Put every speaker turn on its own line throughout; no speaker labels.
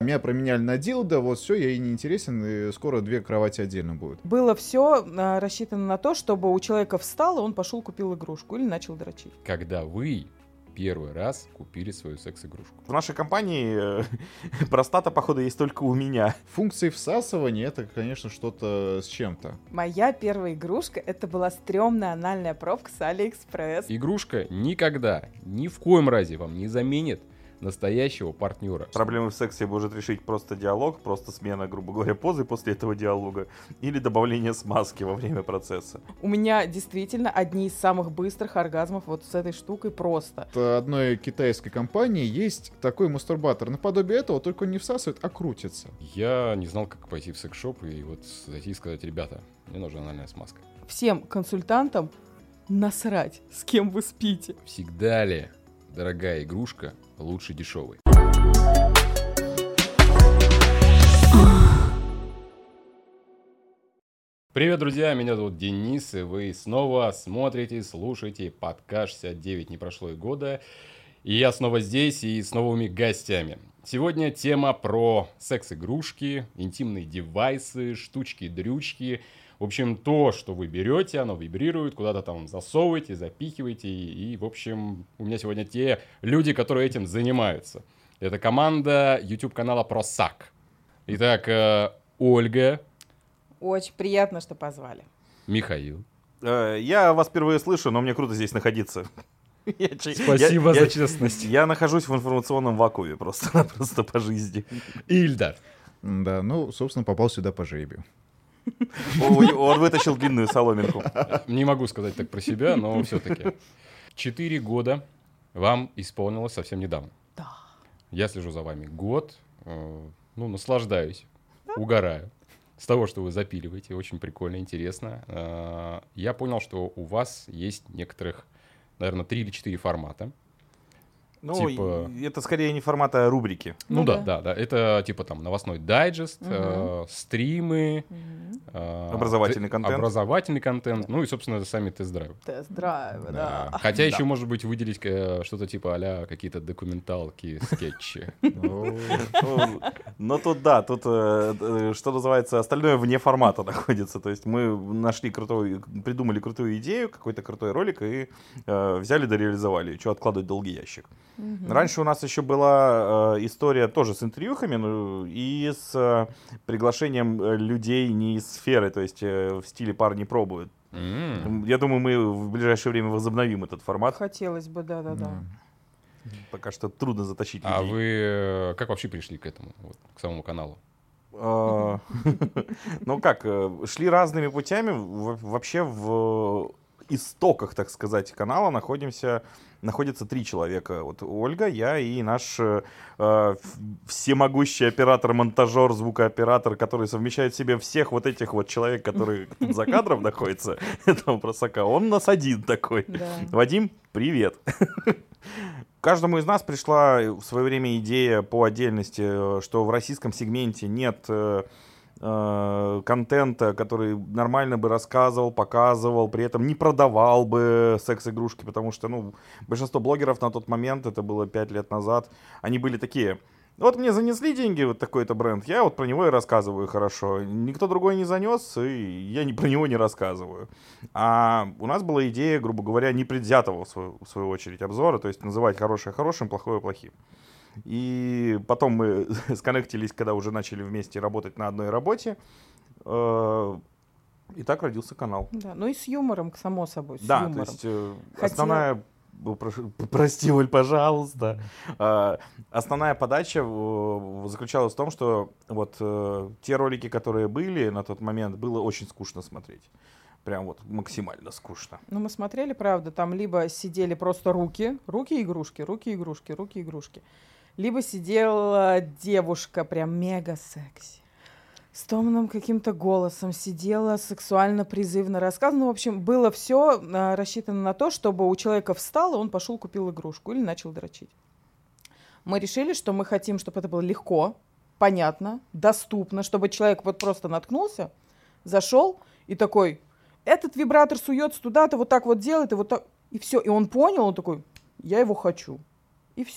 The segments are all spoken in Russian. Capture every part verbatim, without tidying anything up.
Меня променяли на дилдо, вот все, я ей не интересен, и скоро две кровати отдельно будут.
Было все а, рассчитано на то, чтобы у человека встал, и он пошел купил игрушку или начал дрочить.
Когда вы первый раз купили свою секс-игрушку?
В нашей компании э, простата, походу, есть только у меня.
Функции всасывания — это, конечно, что-то с чем-то.
Моя первая игрушка — это была стрёмная анальная пробка с Алиэкспресс.
Игрушка никогда, ни в коем разе вам не заменит настоящего партнера.
Проблемы в сексе может решить просто диалог, просто смена, грубо говоря, позы после этого диалога или добавление смазки во время процесса.
У меня действительно одни из самых быстрых оргазмов вот с этой штукой просто.
От одной китайской компании есть такой мастурбатор. Наподобие этого, только он не всасывает, а крутится.
Я не знал, как пойти в секс-шоп и вот зайти и сказать: ребята, мне нужна анальная смазка.
Всем консультантам насрать, с кем вы спите.
Всегда ли дорогая игрушка лучше дешевой? Привет, друзья, меня зовут Денис, и вы снова смотрите, слушаете подкаст шестьдесят девять «Не прошло и года». И я снова здесь и с новыми гостями. Сегодня тема про секс-игрушки, интимные девайсы, штучки-дрючки. В общем, то, что вы берете, оно вибрирует, куда-то там засовываете, запихиваете. И, и, в общем, у меня сегодня те люди, которые этим занимаются. Это команда YouTube-канала ProSac. Итак, э, Ольга.
Очень приятно, что позвали.
Михаил.
Э, я вас впервые слышу, но мне круто здесь находиться.
Спасибо
я,
за
я,
честность.
Я нахожусь в информационном вакууме просто, просто по жизни.
Ильдар.
Да, ну, собственно, попал сюда по жребию.
Он вытащил длинную соломинку.
Не могу сказать так про себя, но все-таки. Четыре года вам исполнилось совсем недавно.
Да.
Я слежу за вами год, э, ну, наслаждаюсь, угораю с того, что вы запиливаете. Очень прикольно, интересно. Э, я понял, что у вас есть некоторых, наверное, три или четыре формата.
Ну,
типа...
это скорее не формата, а рубрики.
Ну,
Ну
да,
да.
да, да. Это типа там новостной дайджест,
Мгм.
э, стримы,
Мгм.
э,
Образовательный
те-
контент.
Образовательный контент. Ну и, собственно, сами тест-драйвы.
Тест-драйв,
Да.
да.
Хотя еще, может быть, выделить э, что-то типа а-ля какие-то документалки, скетчи.
Ну, Но тут да, тут, э, э, что называется, остальное вне формата находится. То есть мы нашли крутой, придумали крутую идею, какой-то крутой ролик и э, взяли да реализовали. Что откладывать в долгий ящик.
Мгм.
Раньше у нас еще была э, история тоже с интервьюхами, ну, и с э, приглашением э, людей не из сферы, то есть э, в стиле «парни пробуют».
М.
Я думаю, мы в ближайшее время возобновим этот формат.
Хотелось бы, да-да-да.
Пока что трудно затащить
А
людей.
вы э, как вообще пришли к этому, вот, к самому каналу?
А, Ну как, э, шли разными путями. Во- Вообще в истоках, так сказать, канала находимся, находится три человека. Вот Ольга, я и наш э, э, всемогущий оператор-монтажер, звукооператор, который совмещает в себе всех вот этих вот человек, которые тут за кадром находятся, этого просака. Он у нас один такой.
Да.
Вадим, привет. Каждому из нас пришла в свое время идея по отдельности, э, что в российском сегменте нет э, э, контента, который нормально бы рассказывал, показывал, при этом не продавал бы секс-игрушки, потому что, ну, большинство блогеров на тот момент, это было пять лет назад, они были такие: вот мне занесли деньги, вот такой-то бренд, я вот про него и рассказываю хорошо. Никто другой не занес, и я не про него не рассказываю. А у нас была идея, грубо говоря, непредвзятого, в свою, в свою очередь, обзора, то есть называть хорошее хорошим, плохое плохим. И потом мы сконнектились, когда уже начали вместе работать на одной работе. э, И так родился канал.
Да. Ну и с юмором, само собой, с
Да, то
юмором.
есть э,
Хотела-
основная... О, прошу- Прости, Оль, пожалуйста. Э, Основная подача э, заключалась в том, что вот э, те ролики, которые были на тот момент, было очень скучно смотреть. Прям вот максимально скучно.
Ну, мы смотрели, правда, там либо сидели просто руки, руки-игрушки, руки-игрушки, руки-игрушки, либо сидела девушка прям мега-секси, с томным каким-то голосом, сидела сексуально-призывно рассказывала. Ну, в общем, было все рассчитано на то, чтобы у человека встал, и он пошел купил игрушку или начал дрочить. Мы решили, что мы хотим, чтобы это было легко, понятно, доступно, чтобы человек вот просто наткнулся, зашел и такой: этот вибратор суется туда-то, вот так вот делает, и вот так, и все. И он понял, он такой: я его хочу. И все.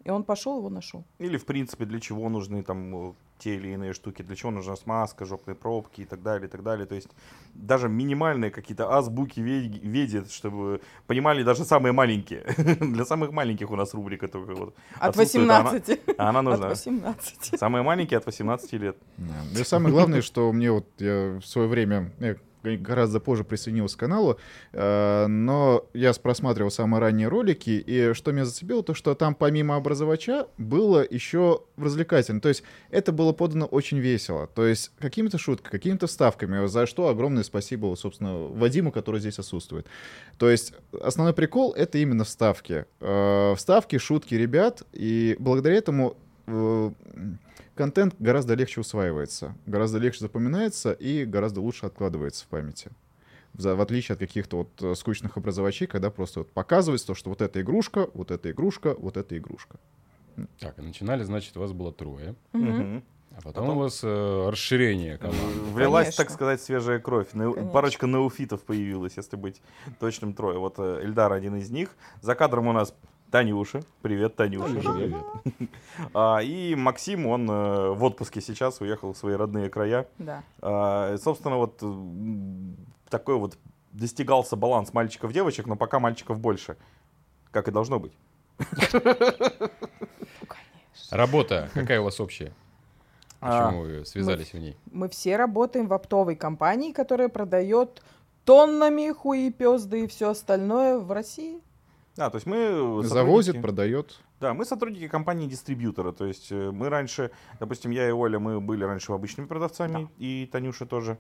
И он пошел, его нашел.
Или, в принципе, для чего нужны там те или иные штуки, для чего нужна смазка, жопные пробки и так далее, и так далее. То есть даже минимальные какие-то азбуки ведет, чтобы понимали даже самые маленькие. Для самых маленьких у нас рубрика только вот.
От восемнадцати.
А она нужна.
От восемнадцати.
Самые маленькие от восемнадцати лет.
Да. И самое главное, что мне вот я в свое время... Я гораздо позже присоединился к каналу, э, но я просматривал самые ранние ролики, и что меня зацепило, то что там помимо образовача было еще развлекательно. То есть это было подано очень весело. То есть какими-то шутками, какими-то вставками, за что огромное спасибо, собственно, Вадиму, который здесь отсутствует. То есть основной прикол — это именно вставки. Э, вставки, шутки ребят, и благодаря этому... Э, контент гораздо легче усваивается, гораздо легче запоминается и гораздо лучше откладывается в памяти. В, в отличие от каких-то вот скучных образовачей, когда просто вот показывается то, что вот эта игрушка, вот эта игрушка, вот эта игрушка.
Так, и начинали, значит, у вас было трое.
Угу.
А потом, потом у вас э, расширение команды.
Влилась,
Конечно.
так сказать, свежая кровь. Нео- парочка неофитов появилась, если быть точным, трое. Вот э, Эльдар один из них. За кадром у нас Танюша. Привет, Танюша.
Привет.
а, и Максим, он э, в отпуске сейчас, уехал в свои родные края.
Да.
А, собственно, вот м, такой вот достигался баланс мальчиков-девочек, но пока мальчиков больше. Как и должно быть.
Работа какая у вас общая?
А,
Почему вы связались в ней?
Мы все работаем в оптовой компании, которая продает тоннами хуепёзды и все остальное в России.
Да, то есть мы
Завозит,
сотрудники-
продает.
Да, мы сотрудники компании-дистрибьютора. То есть э, мы раньше, допустим, я и Оля, мы были раньше обычными продавцами, и Танюша тоже.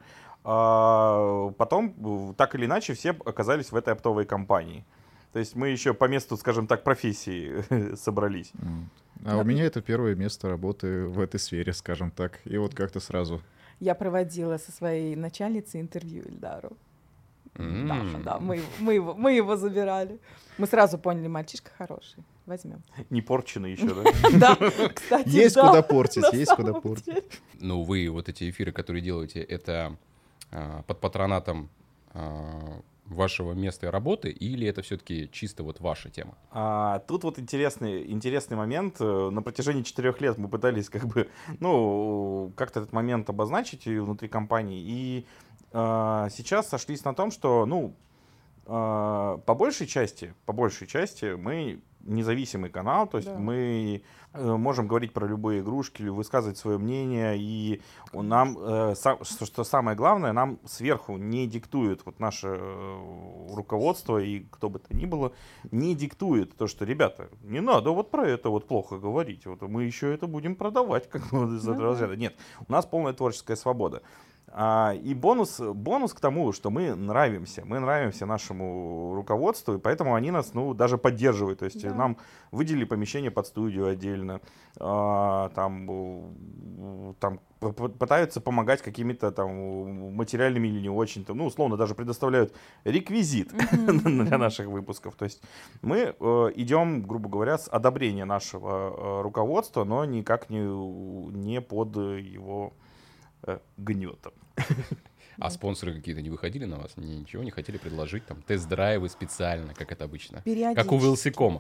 А потом, э, так или иначе, все оказались в этой оптовой компании. То есть мы еще по месту, скажем так, профессии собрались.
М. А у меня это первое место работы в этой сфере, скажем так. И вот как-то сразу.
Я проводила со своей начальницей интервью Эльдару.
М.
Да, да, мы, его- мы, его, мы его забирали. Мы сразу поняли, мальчишка хороший. Возьмем.
Не порчены еще, да?
Да, кстати,
Есть
да,
куда портить,
на
есть куда
самом
портить.
деле.
Ну, вы вот эти эфиры, которые делаете, это а, под патронатом а, вашего места работы, или это все-таки чисто вот ваша тема?
А, тут вот интересный, интересный момент. Э, На протяжении четырех лет мы пытались как бы, ну, как-то этот момент обозначить и внутри компании. И а, сейчас сошлись на том, что, ну, а, по большей части, по большей части мы независимый канал, то есть
Да.
мы э, можем говорить про любые игрушки, или высказывать свое мнение, и нам, э, са- что, что самое главное, нам сверху не диктует вот наше э, руководство, и кто бы то ни было, не диктует то, что, ребята, не надо вот про это вот плохо говорить, вот мы еще это будем продавать, как бы из этого
Ну да.
разряда. Нет, у нас полная творческая свобода. А, и бонус, бонус к тому, что мы нравимся, мы нравимся нашему руководству, и поэтому они нас, ну, даже поддерживают. То есть
Да.
нам выделили помещение под студию отдельно, а, там, э, там п- п- пытаются помогать какими-то там материальными или не очень, там, ну, условно, даже предоставляют реквизит для наших выпусков. То есть мы э, идем, грубо говоря, с одобрения нашего э, руководства, но никак не, не под его э, гнетом.
А спонсоры какие-то не выходили на вас? Ни- Ничего не хотели предложить? Там тест-драйвы специально, как это обычно? Как у
Периодически.
Вилсикома.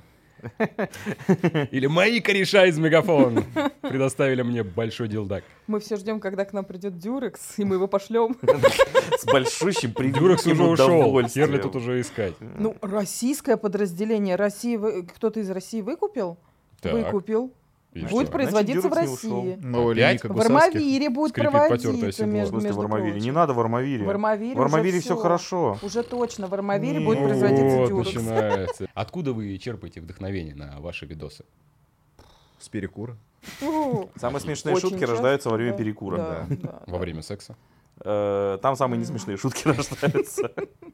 Или мои кореша из Мегафон предоставили мне большой дилдак.
Мы все ждем, когда к нам придет Дюрекс, и мы его пошлем.
С большущим
Дюрекс
превеликим
уже ушел,
удовольствием.
Херли тут уже искать.
Ну, российское подразделение. России вы- кто-то из России выкупил?
Так.
Выкупил.
И
Будет
что?
производиться в
Значит, Дюрекс не ушел.
России.
Новая
Опять?
линейка
В
гусарских.
Армавире будет
Скрипит потертое
проводиться,
седло.
В
между,
смысле
между
в Армавире?
прочим.
Не надо в Армавире.
В Армавире,
В Армавире
уже
все хорошо.
Уже точно, в Армавире
Не.
будет производиться
Вот
Дюрекс.
начинается. Откуда вы черпаете вдохновение на ваши видосы?
С перекура.
Фу.
Самые смешные
Очень
шутки
часто,
рождаются во время
да,
перекура.
да, да,
Во
да.
время секса?
Э, Там самые несмешные шутки рождаются.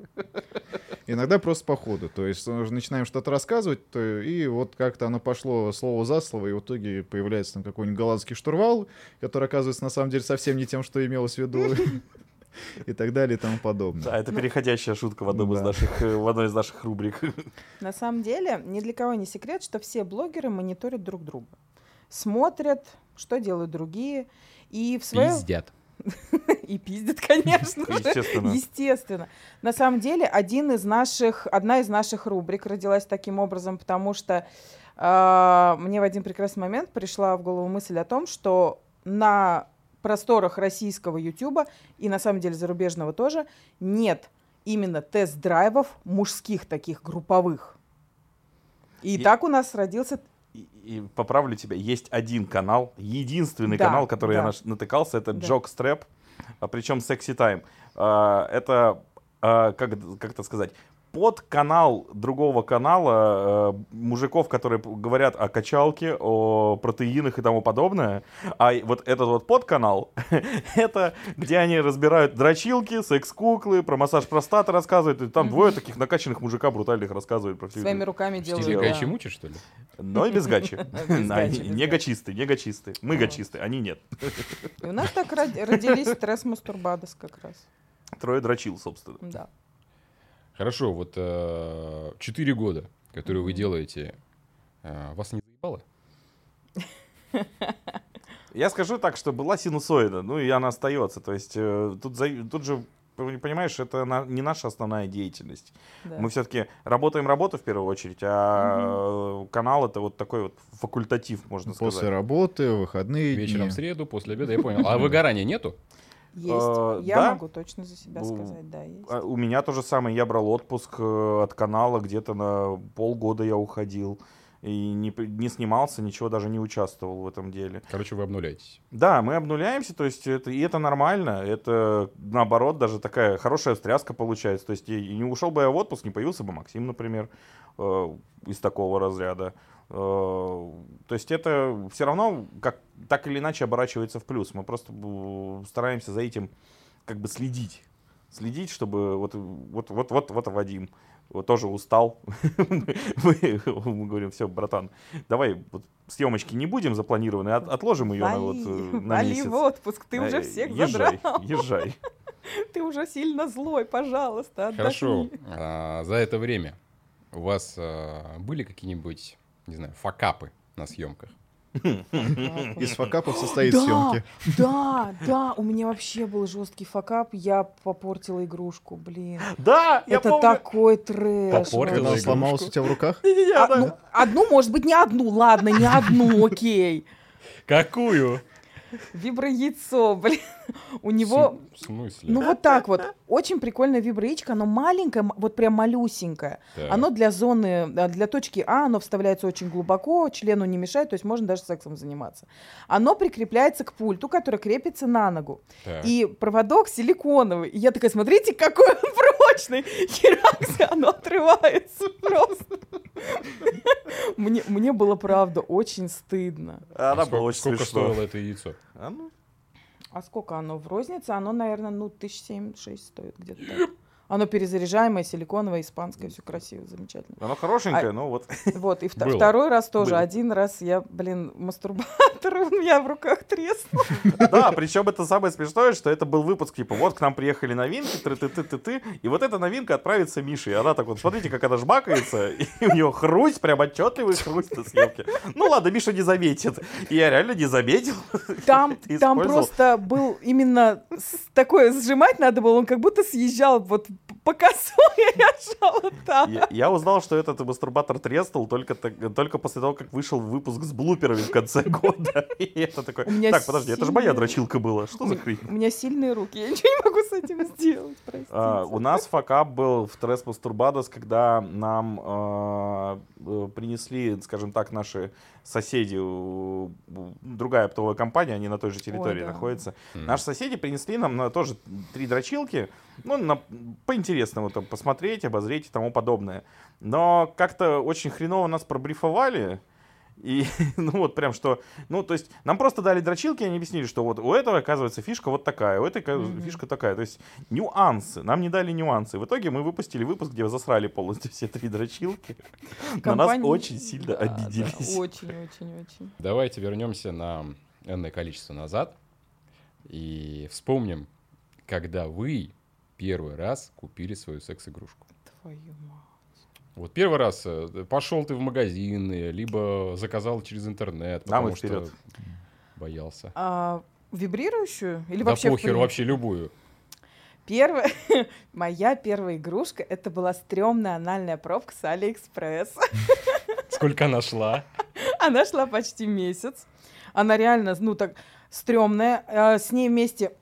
Иногда просто по ходу. То есть э, начинаем что-то рассказывать, то- и вот как-то оно пошло слово за слово, и в итоге появляется там какой-нибудь голландский штурвал, который оказывается на самом деле совсем не тем, что имелось в виду, и так далее и тому подобное.
Да, это переходящая шутка в одном из
Да.
наших, э, в одной из наших рубрик.
На самом деле, ни для кого не секрет, что все блогеры мониторят друг друга. Смотрят, что делают другие. И в свое...
Пиздят.
И пиздят, конечно же.
Естественно.
Естественно. На самом деле, один из наших, одна из наших рубрик родилась таким образом, потому что э, мне в один прекрасный момент пришла в голову мысль о том, что на просторах российского Ютуба и на самом деле зарубежного тоже нет именно тест-драйвов мужских таких групповых. И, и так у нас родился...
И, и поправлю тебя, есть один канал, единственный
да,
канал, который
да.
я наш, натыкался, это
да.
Jockstrap, а, причем Sexy Time. А, это, а, как, как это сказать, подканал другого канала а, мужиков, которые говорят о качалке, о протеинах и тому подобное. А вот этот вот подканал, это где они разбирают дрочилки, секс-куклы, про массаж простаты рассказывают. И там mm-hmm. двое таких накачанных мужика брутальных рассказывают про все.
Своими руками делают.
В стиле гачи мучат, что ли?
Но и без гачи. Не гачисты, не гачисты. Мы гачисты, они нет.
И у нас так родились стресс-мастурбадос как раз.
Трое дрочил, собственно.
Да.
Хорошо, вот четыре года, которые вы делаете, э, вас не заебало?
Я скажу так, что была синусоида, ну и она остается. То есть э, тут, за, тут же, понимаешь, это на, не наша основная деятельность. Да. Мы все-таки работаем работу в первую очередь, а угу. канал это вот такой вот факультатив, можно
после
сказать.
После работы, выходные
вечером
дни.
в среду, после обеда, я понял. А выгорания нету?
Есть. А, я да? могу точно за себя сказать, да, есть.
У меня то же самое. Я брал отпуск от канала, где-то на полгода я уходил. И не, не снимался, ничего даже не участвовал в этом деле.
Короче, вы обнуляетесь.
Да, мы обнуляемся, то есть это, и это нормально. Это, наоборот, даже такая хорошая встряска получается. То есть и, и не ушел бы я в отпуск, не появился бы Максим, например, э, из такого разряда. То есть это все равно как, так или иначе оборачивается в плюс. Мы просто стараемся за этим как бы следить. Следить, чтобы вот, вот, вот, вот, вот Вадим вот тоже устал. мы, мы говорим, все, братан, давай вот съемочки не будем запланированы, от, отложим ее
вали,
на, вот, на
вали
месяц.
в отпуск, ты уже всех
езжай,
задрал.
Езжай.
Ты уже сильно злой, пожалуйста, отдохни.
Хорошо, а, за это время у вас а, были какие-нибудь, не знаю, факапы на съемках?
Из факапов состоит
да,
съемки.
Да, да, у меня вообще был жесткий факап, я попортила игрушку, блин.
Да, я
это
помню.
такой трэш.
Попортила
Она сломалась у тебя в руках?
А, ну, одну, может быть, не одну, ладно, не одну, окей.
Какую?
Вибро-яйцо, блин. У него...
В смысле?
Ну вот так вот. Очень прикольное вибро-яичко. Оно маленькое, вот прям малюсенькое.
Так.
Оно для зоны, для точки А, оно вставляется очень глубоко, члену не мешает, то есть можно даже сексом заниматься. Оно прикрепляется к пульту, который крепится на ногу.
Так.
И проводок силиконовый. И я такая, смотрите, какой он прочный. Херакс, оно отрывается просто. Мне, мне было, правда, очень стыдно.
Она
сколько,
была очень
сколько
смешно.
стоило это яйцо?
А, ну.
А сколько оно в рознице? Оно, наверное, ну, тысяч семь-шесть стоит где-то так. Оно перезаряжаемое, силиконовое, испанское, все красиво, замечательно.
Оно хорошенькое,
а,
но вот.
Вот, и вт-
Было.
второй раз тоже.
Было.
Один раз я, блин, мастурбатор у меня в руках треснул.
Да, причем это самое смешное, что это был выпуск, типа, вот к нам приехали новинки, ты-ты-ты-ты-ты, и вот эта новинка отправится Мише. И она так вот, смотрите, как она жмакается, и у нее хрусть, прям отчетливый хрусть на съемке. Ну ладно, Миша не заметит. И я реально не заметил.
Там, там просто был именно с- такое, сжимать надо было, он как будто съезжал вот по косой, я сжала так.
Я, я узнал, что этот мастурбатор треснул только, так- только после того, как вышел выпуск с блуперами в конце года. И это такой,
У меня
так, подожди, это же моя
сильные-
дрочилка была. Что за хрень?
У меня сильные руки, я ничего не могу с этим сделать, простите.
А, у нас факап был в Tres Masturbados, когда нам а, э, принесли, скажем так, наши соседи, у- у- другая оптовая компания, они на той же территории
Ой, да.
находятся.
Мгм.
Наши соседи принесли нам на, тоже три дрочилки, ну, на, по-интересному там посмотреть, обозреть и тому подобное. Но как-то очень хреново нас пробрифовали. И, ну, вот прям что, ну, то есть, нам просто дали дрочилки, и они объяснили, что вот у этого, оказывается, фишка вот такая, у этой
Мгм.
фишка такая. То есть, нюансы, нам не дали нюансы. В итоге мы выпустили выпуск, где засрали полностью все три дрочилки. На нас
Компания-
очень сильно
Да, да,
обиделись.
очень, очень, очень.
Давайте вернемся на энное количество назад и вспомним, когда вы первый раз купили свою секс-игрушку.
Твою мать.
Вот первый раз э, пошел ты в магазин, э, либо заказал через интернет,
Там
потому
и
что
вперед.
боялся.
А, Вибрирующую? Или
Да
вообще в
похер,
принципе?
вообще любую.
Первая, моя первая игрушка, это была стрёмная анальная пробка с Алиэкспресс.
Сколько она шла?
Она шла почти месяц. Она реально, ну так, стрёмная. А, С ней вместе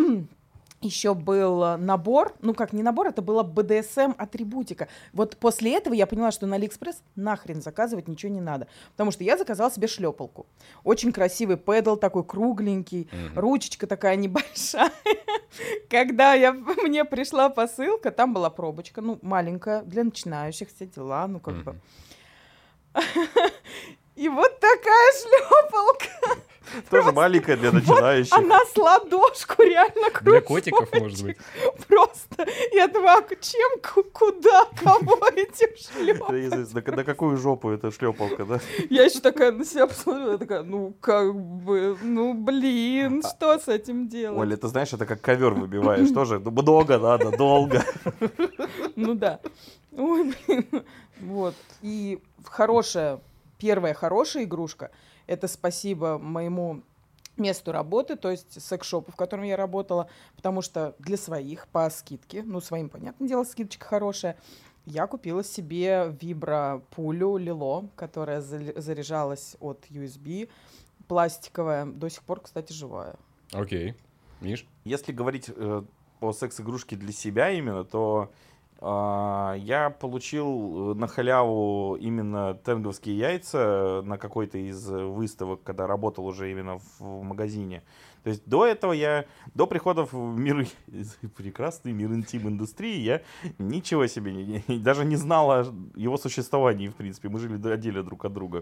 еще был набор, ну как не набор, это была бэ дэ эс эм-атрибутика. Вот после этого я поняла, что на Алиэкспресс нахрен заказывать ничего не надо. Потому что я заказала себе шлепалку. Очень красивый пэдл, такой кругленький,
Мгм.
ручечка такая небольшая. Когда я, мне пришла посылка, там была пробочка, ну маленькая, для начинающих, все дела, ну как бы.
Мгм.
И вот такая шлепалка.
Тоже маленькая для начинающих.
Она с ладошку реально
Для
кружочек.
котиков, может быть.
Просто. Я думаю, а чем, ку- куда, кого этим
Это
шлепать?
из- На на какую жопу эта шлепалка, да?
Я еще такая на себя посмотрела, я такая, ну как бы, ну блин, что с этим делать?
Оля, ты знаешь, это как ковер выбиваешь тоже. Ну, много надо, долго.
Ну да. Ой, блин. Вот. И хорошая, первая хорошая игрушка, это спасибо моему месту работы, то есть секс-шопу, в котором я работала, потому что для своих по скидке, ну своим, понятное дело, скидочка хорошая, я купила себе вибро-пулю Лило, которая за- заряжалась от ю эс би, пластиковая, до сих пор, кстати, живая.
Окей. Миш?
Если говорить э, о секс-игрушке для себя именно, то а, я получил э, на халяву именно тенговские яйца на какой-то из выставок, когда работал уже именно в, в магазине. То есть до этого я, до прихода в мир, прекрасный мир интим-индустрии, я ничего себе, не- не- даже не знал о его существовании, в принципе. Мы жили отдельно друг от друга.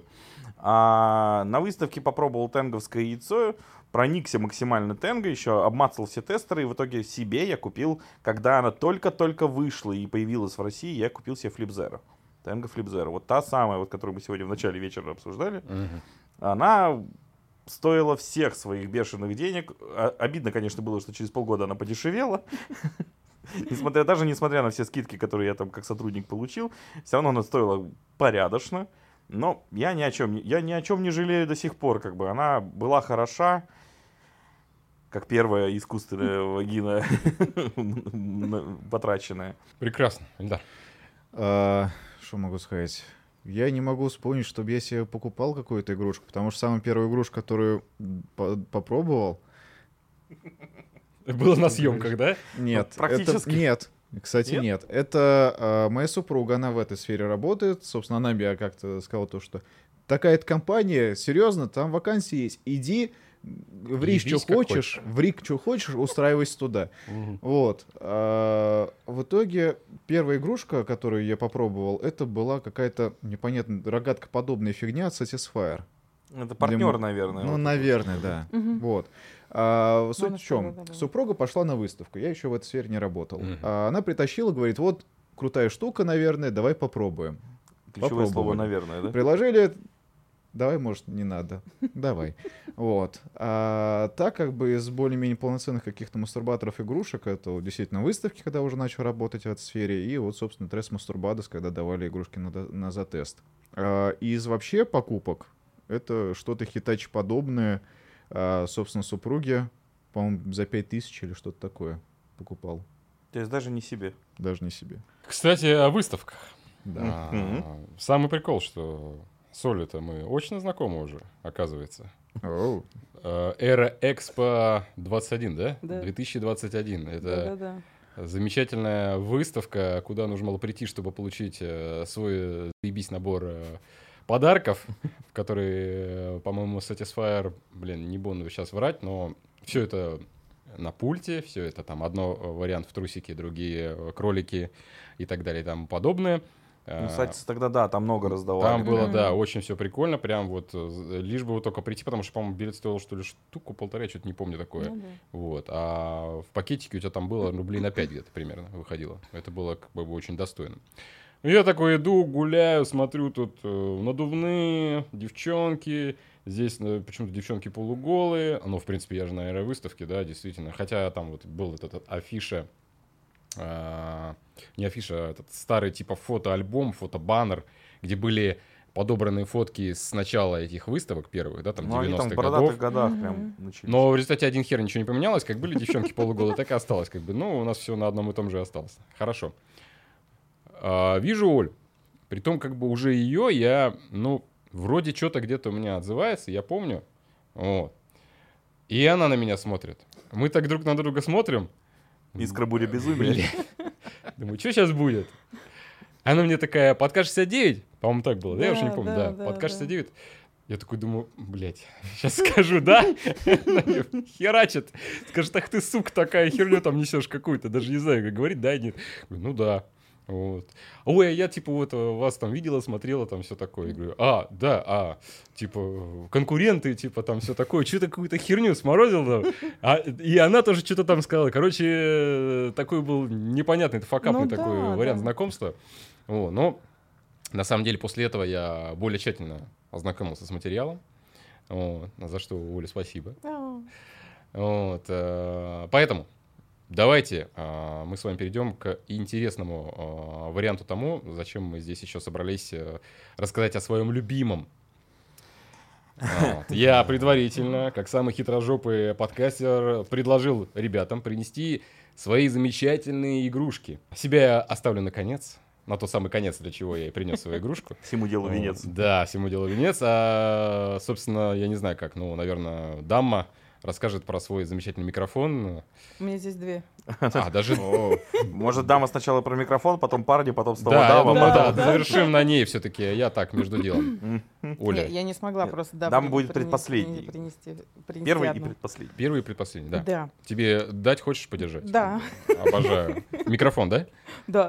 А на выставке попробовал тенговское яйцо, проникся максимально тенго, еще обмацал все тестеры, и в итоге себе я купил, когда она только-только вышла и появилась в России, я купил себе Flip Zero. Тенго Flip Zero. Вот та самая, вот, которую мы сегодня в начале вечера обсуждали,
Мгм.
она стоила всех своих бешеных денег. А- Обидно, конечно, было, что через полгода она подешевела. Несмотря, даже несмотря на все скидки, которые я там как сотрудник получил, все равно она стоила порядочно. Но я ни о чем, не- я ни о чем не жалею до сих пор. Как бы она была хороша, как первая искусственная вагина потраченная.
Прекрасно, Эльдар.
А, Что могу сказать? Я не могу вспомнить, чтобы я себе покупал какую-то игрушку, потому что самая первая игрушка, которую по- попробовал,
Было на съемках, да?
нет,
Ну, практически.
это, нет, кстати,
Нет?
нет. Это а, моя супруга, она в этой сфере работает, собственно, она мне как-то сказала то, что такая-то компания, серьезно, там вакансии есть, иди, ври, что
Ебись, как
хочешь,
хочешь.
ври, что хочешь, устраивайся туда.
Мгм.
Вот. А, в итоге первая игрушка, которую я попробовал, это была какая-то непонятная рогаткоподобная фигня от Satisfyer.
Это партнер,
Для-
наверное.
Ну,
вот.
наверное, да.
Мгм.
Вот. А, суть
она
в чем?
сказала, да, да.
Супруга пошла на выставку. Я еще в этой сфере не работал.
Мгм.
А она притащила, говорит, вот крутая штука, наверное, давай попробуем.
Ключевое слово,
попробовали.
наверное, да?
Приложили. Давай, может, не надо. Давай. Вот. А так как бы из более-менее полноценных каких-то мастурбаторов игрушек, это вот действительно выставки, когда уже начал работать в этой сфере, и вот, собственно, Трес Мастурбадос, когда давали игрушки на, до- на затест. А, из вообще покупок это что-то хитач-подобное, а, собственно, супруге, по-моему, за пять тысяч или что-то такое покупал.
То есть даже не себе.
Даже не себе.
Кстати, о выставках.
Да.
А, Самый прикол, что с Олей-то мы очень знакомы уже, оказывается.
Оу.
Э, Эра Экспо двадцать один, да?
Да.
две тысячи двадцать один. Это
Да-да-да.
замечательная выставка, куда нужно было прийти, чтобы получить э, свой э, заебись набор э, подарков, в который, э, по-моему, Satisfyer, блин, не буду сейчас врать, но все это на пульте, все это там одно э, вариант в трусике, другие э, кролики и так далее и тому подобное.
Ну,
Э,
кстати, тогда да, там много раздавали.
Там было,
Мгм.
да, очень все прикольно, прям вот, э, лишь бы вот только прийти, потому что, по-моему, билет стоил, что ли, штуку полторы, я что-то не помню такое.
Ну да.
Вот, а в пакетике у тебя там было рублей на пять где-то примерно выходило. Это было как бы очень достойно. Ну, я такой иду, гуляю, смотрю, тут э, надувные девчонки. Здесь э, почему-то девчонки полуголые. Ну, в принципе, я же на аэровыставке, да, действительно. Хотя там вот был этот, этот афиша, а, не афиша, а этот старый типа фотоальбом, фотобаннер, где были подобранные фотки с начала этих выставок первых, да, там
Ну, они там в
девяностых
бородатых
годов.
годах
Мгм.
прям начались.
Но в результате один хер ничего не поменялось, как были девчонки полуголые, так и осталось, как бы. Ну, у нас все на одном и том же осталось. Хорошо. А, вижу Оль. Притом, как бы уже ее я, ну, вроде что-то где-то у меня отзывается, я помню. Вот. И она на меня смотрит. Мы так друг на друга смотрим.
Искра буря безумия.
Блин. Думаю, что сейчас будет? Она мне такая, подкаст шестьдесят девять? По-моему, так было, да? Я
Да,
уже не помню,
да,
да.
да,
Подкаст
да.
шестьдесят девять. Я такой думаю, блядь, сейчас скажу, да? Она мне херачит. Скажет, ах ты, сука, такая херню там несешь какую-то. Даже не знаю, как говорить, да, нет. Говорю, ну да. Вот. Ой, а я типа вот вас там видела, смотрела, там все такое. Я говорю, а, да, а, типа конкуренты, типа там все такое, что-то какую-то херню сморозил там. А, и она тоже что-то там сказала. Короче, такой был непонятный, факапный
Ну да,
такой вариант
да.
знакомства. Вот, но на самом деле после этого я более тщательно ознакомился с материалом. Вот, за что Оле спасибо.
А,
Вот, э, поэтому давайте э, мы с вами перейдем к интересному э, варианту тому, зачем мы здесь еще собрались э, рассказать о своем любимом. Вот. Я предварительно, как самый хитрожопый подкастер, предложил ребятам принести свои замечательные игрушки. Себя я оставлю на конец, на тот самый конец, для чего я и принес свою игрушку.
Всему делу венец.
Вот, да, всему делу венец. А, собственно, я не знаю как, ну, наверное, Дамма расскажет про свой замечательный микрофон.
у меня здесь две.
А, даже...
О,
Может, дама сначала про микрофон, потом парни, потом снова
Да, я
дама.
думаю,
Да,
да,
да.
завершим на ней все-таки. Я так, между делом. Оля,
Я, я не смогла
Нет,
просто, да,
дама
при-
будет
принести-
предпоследней.
принести, принести
Первый и
одну.
предпоследний.
первый и предпоследний, да.
Да,
Тебе дать хочешь подержать?
да,
Обожаю. Микрофон, да?
да,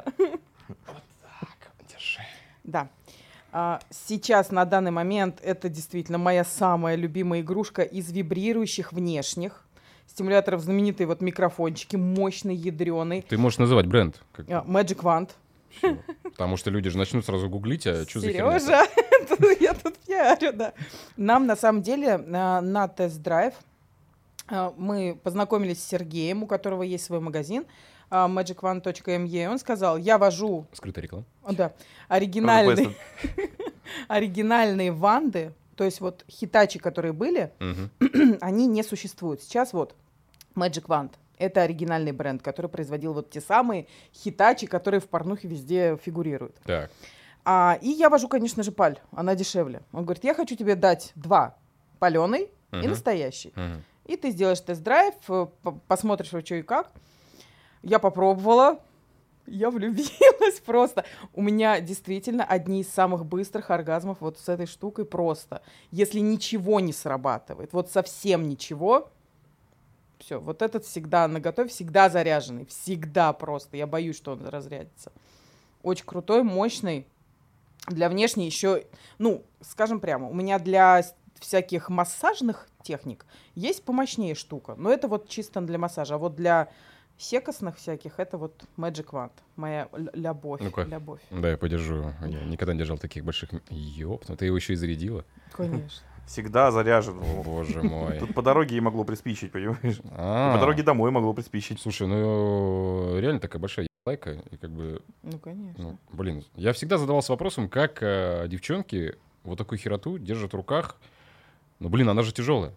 Держи.
да. А, сейчас, на данный момент, это действительно моя самая любимая игрушка из вибрирующих внешних стимуляторов. Знаменитые вот микрофончики, мощный, ядреный.
Ты можешь называть бренд. Как-
А, Magic Wand.
всё. Потому что люди же начнут сразу гуглить, а что за херня?
Сережа, я тут пиарю, да. Нам, на самом деле, на на тест-драйв а, мы познакомились с Сергеем, у которого есть свой магазин magic one точка эм и. Он сказал, я вожу
Скрытая реклама.
О, да, оригинальные,
Продукт
оригинальные ванды, то есть вот хитачи, которые были,
Мгм.
они не существуют. Сейчас вот Magic Wand. Это оригинальный бренд, который производил вот те самые хитачи, которые в порнухе везде фигурируют.
Так.
А, и я вожу, конечно же, паль. Она дешевле. Он говорит, я хочу тебе дать два. Паленый и
Мгм.
настоящий.
Мгм.
И ты сделаешь тест-драйв, э, по- посмотришь, что и как. Я попробовала. Я влюбилась просто. У меня действительно одни из самых быстрых оргазмов вот с этой штукой просто. Если ничего не срабатывает, вот совсем ничего, все, вот этот всегда наготове, всегда заряженный, всегда просто. Я боюсь, что он разрядится. Очень крутой, мощный. Для внешней еще, ну, скажем прямо, у меня для с- всяких массажных техник есть помощнее штука, но это вот чисто для массажа. А вот для секосных всяких это вот Magic Wand, моя л- любовь,
Ну-ка.
любовь.
Да, я подержу. Я никогда не держал таких больших... Ёп, ну ты его еще и зарядила.
Конечно.
Всегда заряжен.
О, боже мой.
Тут по дороге и могло приспичить, понимаешь?
А,
По дороге домой могло приспичить.
Слушай, ну реально такая большая лайка. И как бы,
Ну, конечно.
ну, блин, я всегда задавался вопросом, как э, девчонки вот такую хероту держат в руках. Ну, блин, она же тяжелая.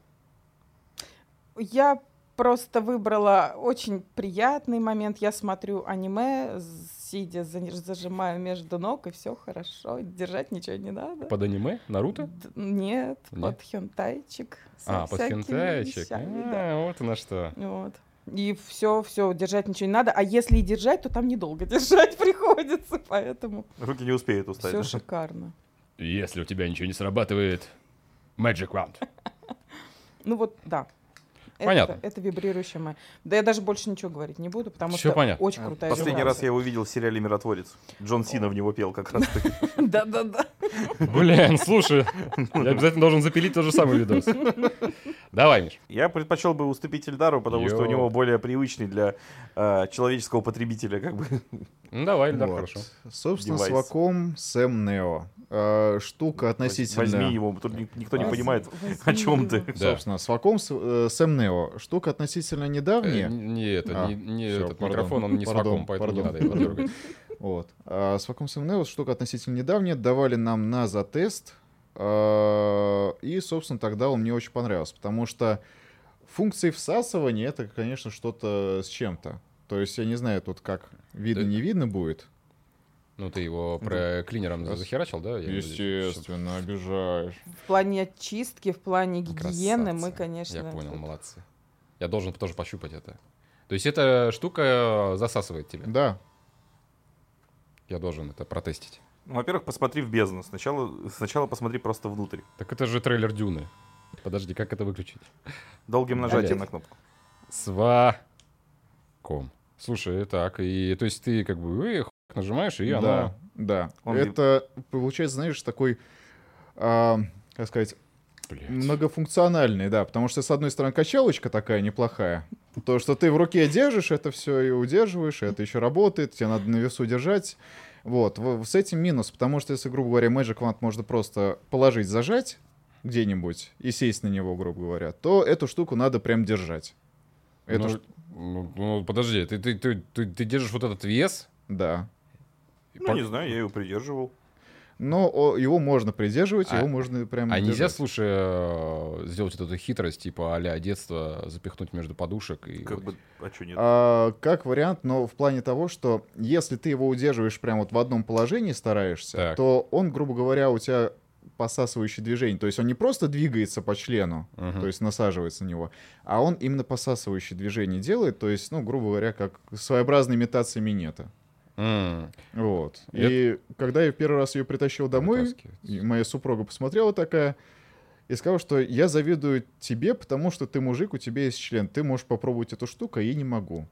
Я просто выбрала очень приятный момент. Я смотрю аниме, з- сидя, за- зажимаю между ног, и все хорошо. Держать ничего не надо.
Под аниме? Наруто?
Д- Нет,
Нет?
под хентайчик. со
А, под
всякими
хентайчик.
вещами, да.
А, вот на что.
Вот. И все, все, держать ничего не надо. А если и держать, то там недолго держать приходится, поэтому
Руки не успеют устать.
все
да?
шикарно.
Если у тебя ничего не срабатывает, Magic Wand.
Ну вот, да. Это-
Понятно.
Это, вибрирующая моя. Да я даже больше ничего говорить не буду, потому
Всё
что
понятно.
очень крутая
Последний раз я
вибрация.
его видел в сериале «Миротворец». Джон Сина в него пел как раз таки.
Да-да-да.
Блин, слушай, я обязательно должен запилить тот же самый видос. Давай, Миш.
Я предпочел бы уступить Эльдару, потому что у
Йоу.
него более привычный для э, человеческого потребителя как бы.
Ну давай, Эльдар,
вот.
хорошо.
Собственно,
Девайс.
с Wacom Сэм Нео. Э, Штука относительно...
Возьми его, тут ни- никто не
А,
понимает,
Возьми
о чем ты.
его.
Да.
Собственно, с Wacom с- э, Сэм Нео. Neo штука относительно
Э,
недавняя.
Не, это,
А,
не, не
всё,
этот
пардон,
микрофон, он не с
пардон,
вакуумом, поэтому не
пардон.
надо его дергать.
Вот. А с Wacom Sim Neo штука относительно недавняя, давали нам на затест, а, и, собственно, тогда он мне очень понравился, потому что функции всасывания — это, конечно, что-то с чем-то. То есть, я не знаю, тут как видно,
Да.
не видно будет.
Ну, ты его про клинером
Раз.
захерачил, да? Я-
Естественно, обижаешь.
В плане очистки, в плане гигиены мы,
Красавцы.
конечно...
Я понял,
тут-
молодцы. Я должен тоже пощупать это. То есть эта штука засасывает тебя.
Да.
Я должен это протестить.
Ну, во-первых, посмотри в бездну. Сначала, сначала посмотри просто внутрь.
Так это же трейлер Дюны. Подожди, как это выключить?
Долгим нажатием
Блядь.
на кнопку.
Сваком. Слушай, так, и то есть ты как бы эх, нажимаешь, и
да,
она...
да.
Он
Это, получается, знаешь, такой, а, как сказать,
Блядь.
многофункциональный, да, потому что, с одной стороны, качалочка такая неплохая. То, что ты в руке держишь, это все и удерживаешь, и это еще работает, тебе надо на весу держать. Вот, в- с этим минус, потому что, если, грубо говоря, Magic Wand можно просто положить, зажать где-нибудь и сесть на него, грубо говоря, то эту штуку надо прям держать. Это
ну,
ж-
ну, ну, подожди, ты, ты, ты, ты, ты держишь вот этот вес?
Да.
и
Ну,
пок-
не знаю, я его придерживал.
Но о, его можно придерживать,
А-
его можно прям
А нельзя,
держать.
слушай, э, сделать вот эту хитрость, типа а-ля детство, запихнуть между подушек и...
Как
вот-
бы, а что нет?
А, как вариант, но в плане того, что если ты его удерживаешь прям вот в одном положении, стараешься,
Так.
то он, грубо говоря, у тебя посасывающий движение. То есть он не просто двигается по члену,
Мгм.
то есть насаживается на него, а он именно посасывающее движение делает, то есть, ну, грубо говоря, как своеобразная имитация минета.
М,
Вот.
Это-
И когда я первый раз ее притащил домой,
вытаскивается.
и моя супруга посмотрела такая и сказала, что я завидую тебе, потому что ты мужик, у тебя есть член. Ты можешь попробовать эту штуку, а я не могу.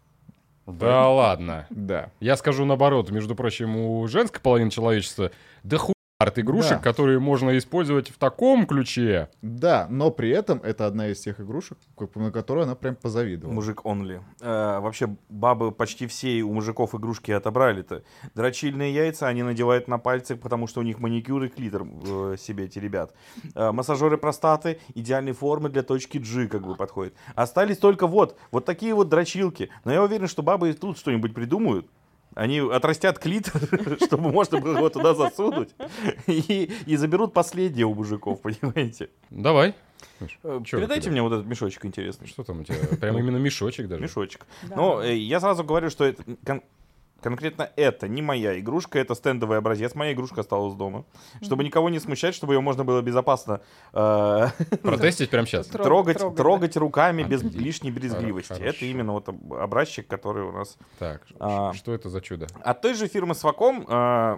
Да ладно.
Да.
Я скажу наоборот, между прочим, у женской половины человечества да хуй игрушек,
Да.
которые можно использовать в таком ключе.
Да, но при этом это одна из тех игрушек, как- на которую она прям позавидовала.
Мужик only. Э, вообще, бабы почти все у мужиков игрушки отобрали-то. Дрочильные яйца они надевают на пальцы, потому что у них маникюр и клитор э, себе эти ребят. Э, массажеры простаты идеальной формы для точки G как бы подходят. Остались только вот, вот такие вот дрочилки. Но я уверен, что бабы и тут что-нибудь придумают. Они отрастят клитор, чтобы можно было его туда засунуть, и, и заберут последнее у мужиков, понимаете?
Давай.
Э,
Чё
Передайте
куда?
мне вот этот мешочек интересный.
Что там у тебя? Прям именно мешочек даже.
Мешочек.
Да.
Но э, я сразу говорю, что это, кон- конкретно это не моя игрушка, это стендовый образец. Моя игрушка осталась дома. Чтобы никого не смущать, чтобы ее можно было безопасно э,
Протестить прямо сейчас.
Трог-
трогать,
трогать,
трогать руками без
Отлично.
лишней брезгливости.
Хорошо.
Это именно вот об- образчик, который у нас.
Так, ш-
А.
что это за чудо?
От той же фирмы Swacom э,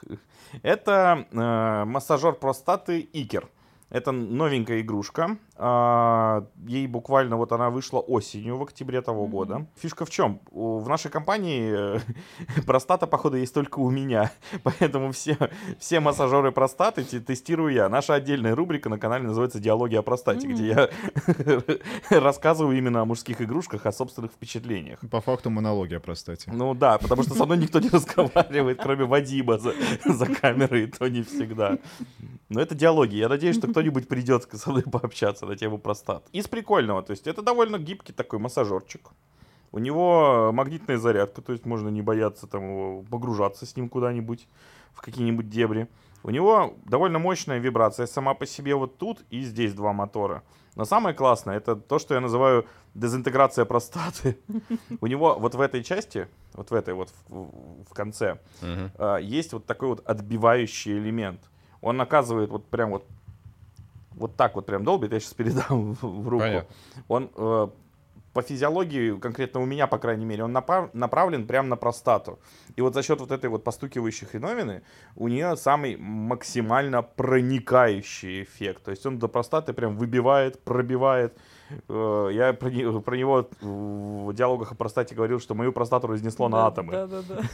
это э, массажер простаты Икер. Это новенькая игрушка. А, Ей буквально вот она вышла осенью, в октябре того
Мгм.
года. Фишка в чем? У- В нашей компании э, простата, походу, есть только у меня. Поэтому все, все массажеры простаты те- тестирую я. Наша отдельная рубрика на канале называется «Диалоги о простате»,
Мгм.
где я рассказываю именно о мужских игрушках, о собственных впечатлениях.
По факту монология, простите.
Ну да, потому что со мной никто не разговаривает, кроме Вадима за, за камерой, и то не всегда. Но это диалоги. Я надеюсь, что кто-нибудь придет со мной пообщаться на тему простат. Из прикольного, то есть это довольно гибкий такой массажерчик. У него магнитная зарядка, то есть можно не бояться там его погружаться с ним куда-нибудь в какие-нибудь дебри. У него довольно мощная вибрация сама по себе вот тут и здесь два мотора. Но самое классное это то, что я называю дезинтеграция простаты. У него вот в этой части, вот в этой вот в, в конце,
Мгм.
а, есть вот такой вот отбивающий элемент. Он оказывает вот прям вот вот так вот прям долбит, я сейчас передам в, в руку.
Понятно.
Он э, по физиологии, конкретно у меня, по крайней мере, он напа- направлен прямо на простату. И вот за счет вот этой вот постукивающей хреновины у нее самый максимально проникающий эффект. То есть он до простаты прям выбивает, пробивает. Э, Я про, не- про него в диалогах о простате говорил, что мою простату разнесло на атомы.
Да, да, да.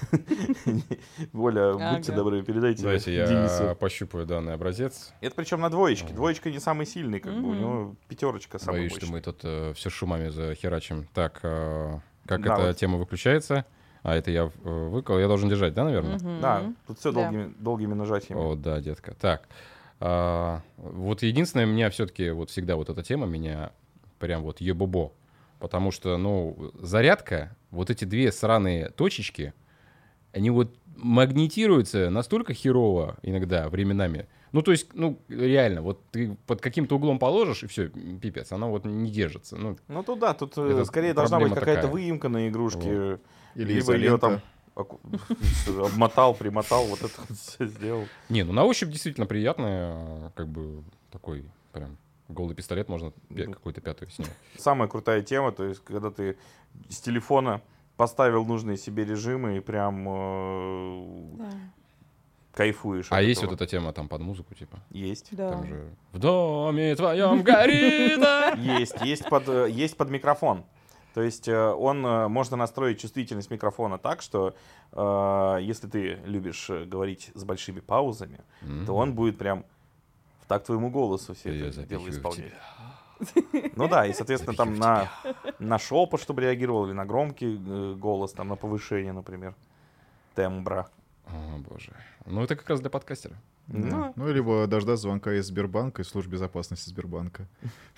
Оля, будьте
Ага.
добры, передайте
Давайте я
Денису.
пощупаю данный образец.
Это причем на двоечке. Двоечка не самый сильный, как бы у
Мгм.
него пятерочка самая
Боюсь, что
мощная.
мы тут все шумами захерачим. Так, э, как
Да,
эта
вот.
тема выключается? А, это я э, выкол. Я должен держать, да, наверное?
Мгм.
Да, тут все
Да.
долгими, долгими нажатиями.
О, да, детка. Так, а, вот единственное, меня все-таки вот всегда вот эта тема меня Прям вот ебобо. Потому что, ну, зарядка, вот эти две сраные точечки, они вот магнитируются настолько херово иногда временами. Ну, то есть, ну, реально, вот ты под каким-то углом положишь, и все, пипец, она вот не держится. Ну,
Ну, тут да, тут э,
Это
скорее должна быть
проблема
какая-то
такая.
выемка на игрушке.
Или
Либо ее
изолента.
там аку- обмотал, примотал, вот это все сделал.
не, ну на ощупь действительно приятная, как бы такой прям голый пистолет, можно пе- какую-то пятую снять.
Самая крутая тема, то есть, когда ты с телефона поставил нужные себе режимы и прям э,
Да.
кайфуешь.
А
от
есть
этого.
вот эта тема там под музыку, типа?
Есть.
Да.
Там же в доме твоем горит. а?»
Есть, есть под, э, есть под микрофон. То есть э, он, э, можно настроить чувствительность микрофона так, что э, если ты любишь э, говорить с большими паузами, то он будет прям в такт твоему голосу все
Я
это
запихиваю
дело
в
исполнять. Ну да, и, соответственно, там на, на шепот, чтобы реагировал, или на громкий э, голос, там на повышение, например, тембра.
О, боже. Ну, это как раз для подкастера.
Да. Ну, либо дождаться звонка из Сбербанка, из службы безопасности Сбербанка.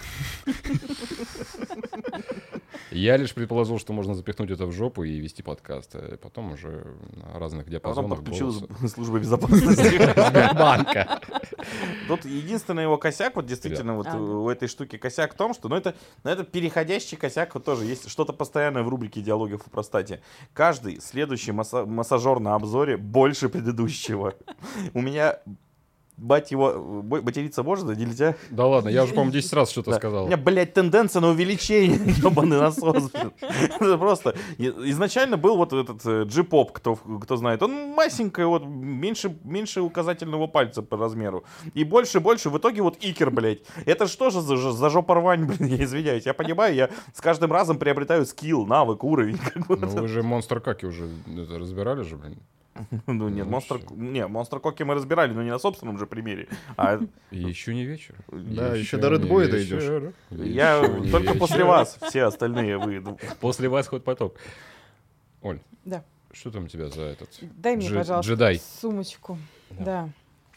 Я лишь предположил, что можно запихнуть это в жопу и вести подкаст. А потом уже на разных
А потом
диапазонах
подключил
голоса.
службу безопасности.
Сбербанка.
Тут единственный его косяк, вот действительно, вот
А, да.
у этой штуки косяк в том, что, ну, это, ну, это переходящий косяк, вот тоже есть что-то постоянное в рубрике «Диалогов о простате». Каждый следующий масса- массажер на обзоре больше предыдущего. У меня, бать его, бо- материться можно, нельзя?
Да ладно, я уже, по-моему, десять раз что-то
Да.
сказал.
У меня, блядь, тенденция на увеличение, ебаный насос. блин. Это просто... и- Изначально был вот этот э, джи-поп, кто, кто знает. Он масенький, вот, меньше, меньше указательного пальца по размеру. И больше, больше. В итоге вот икер, блядь. Это что же за, за жопорвань, блин, я извиняюсь. Я понимаю, я с каждым разом приобретаю скилл, навык, уровень. как бы.
Ну, вы же монстр каки уже это разбирали же, блин.
Ну нет,
Ну,
монстр...
всё.
Не, монстр коки мы разбирали, но не на собственном же примере. А
И еще не вечер.
Да, еще до Red Boy дойдешь.
я
Еще не
только после
вечер.
вас, все остальные вы.
После вас хоть поток. Оль,
Да.
что там у тебя за этот?
Дай мне,
Джи-
пожалуйста,
джедай.
сумочку.
Да.
Да.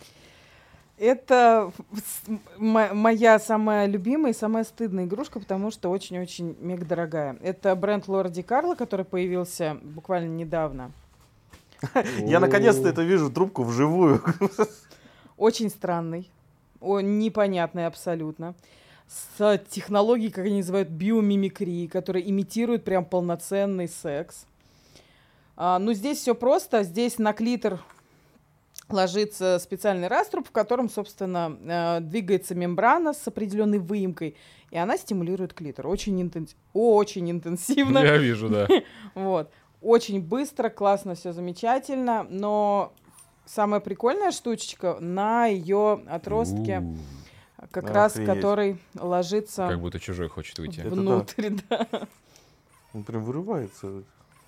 Это с- м- моя самая любимая и самая стыдная игрушка, потому что очень-очень мега дорогая. Это бренд Лора Ди Карло, который появился буквально недавно.
Я наконец-то это вижу, трубку вживую.
Очень странный, о, непонятный абсолютно. С технологией, как они называют, биомимикрии, которая имитирует прям полноценный секс. А, ну, здесь все просто. Здесь на клитор ложится специальный раструб, в котором, собственно, э, двигается мембрана с определенной выемкой, и она стимулирует клитор. Очень, интенс- очень интенсивно.
Я вижу, да.
Вот. Очень быстро, классно, все замечательно, но самая прикольная штучечка на ее отростке,
У,
как
Охренеть.
раз который ложится
Как будто чужой хочет уйти.
Это
внутрь, да.
Он прям вырывается.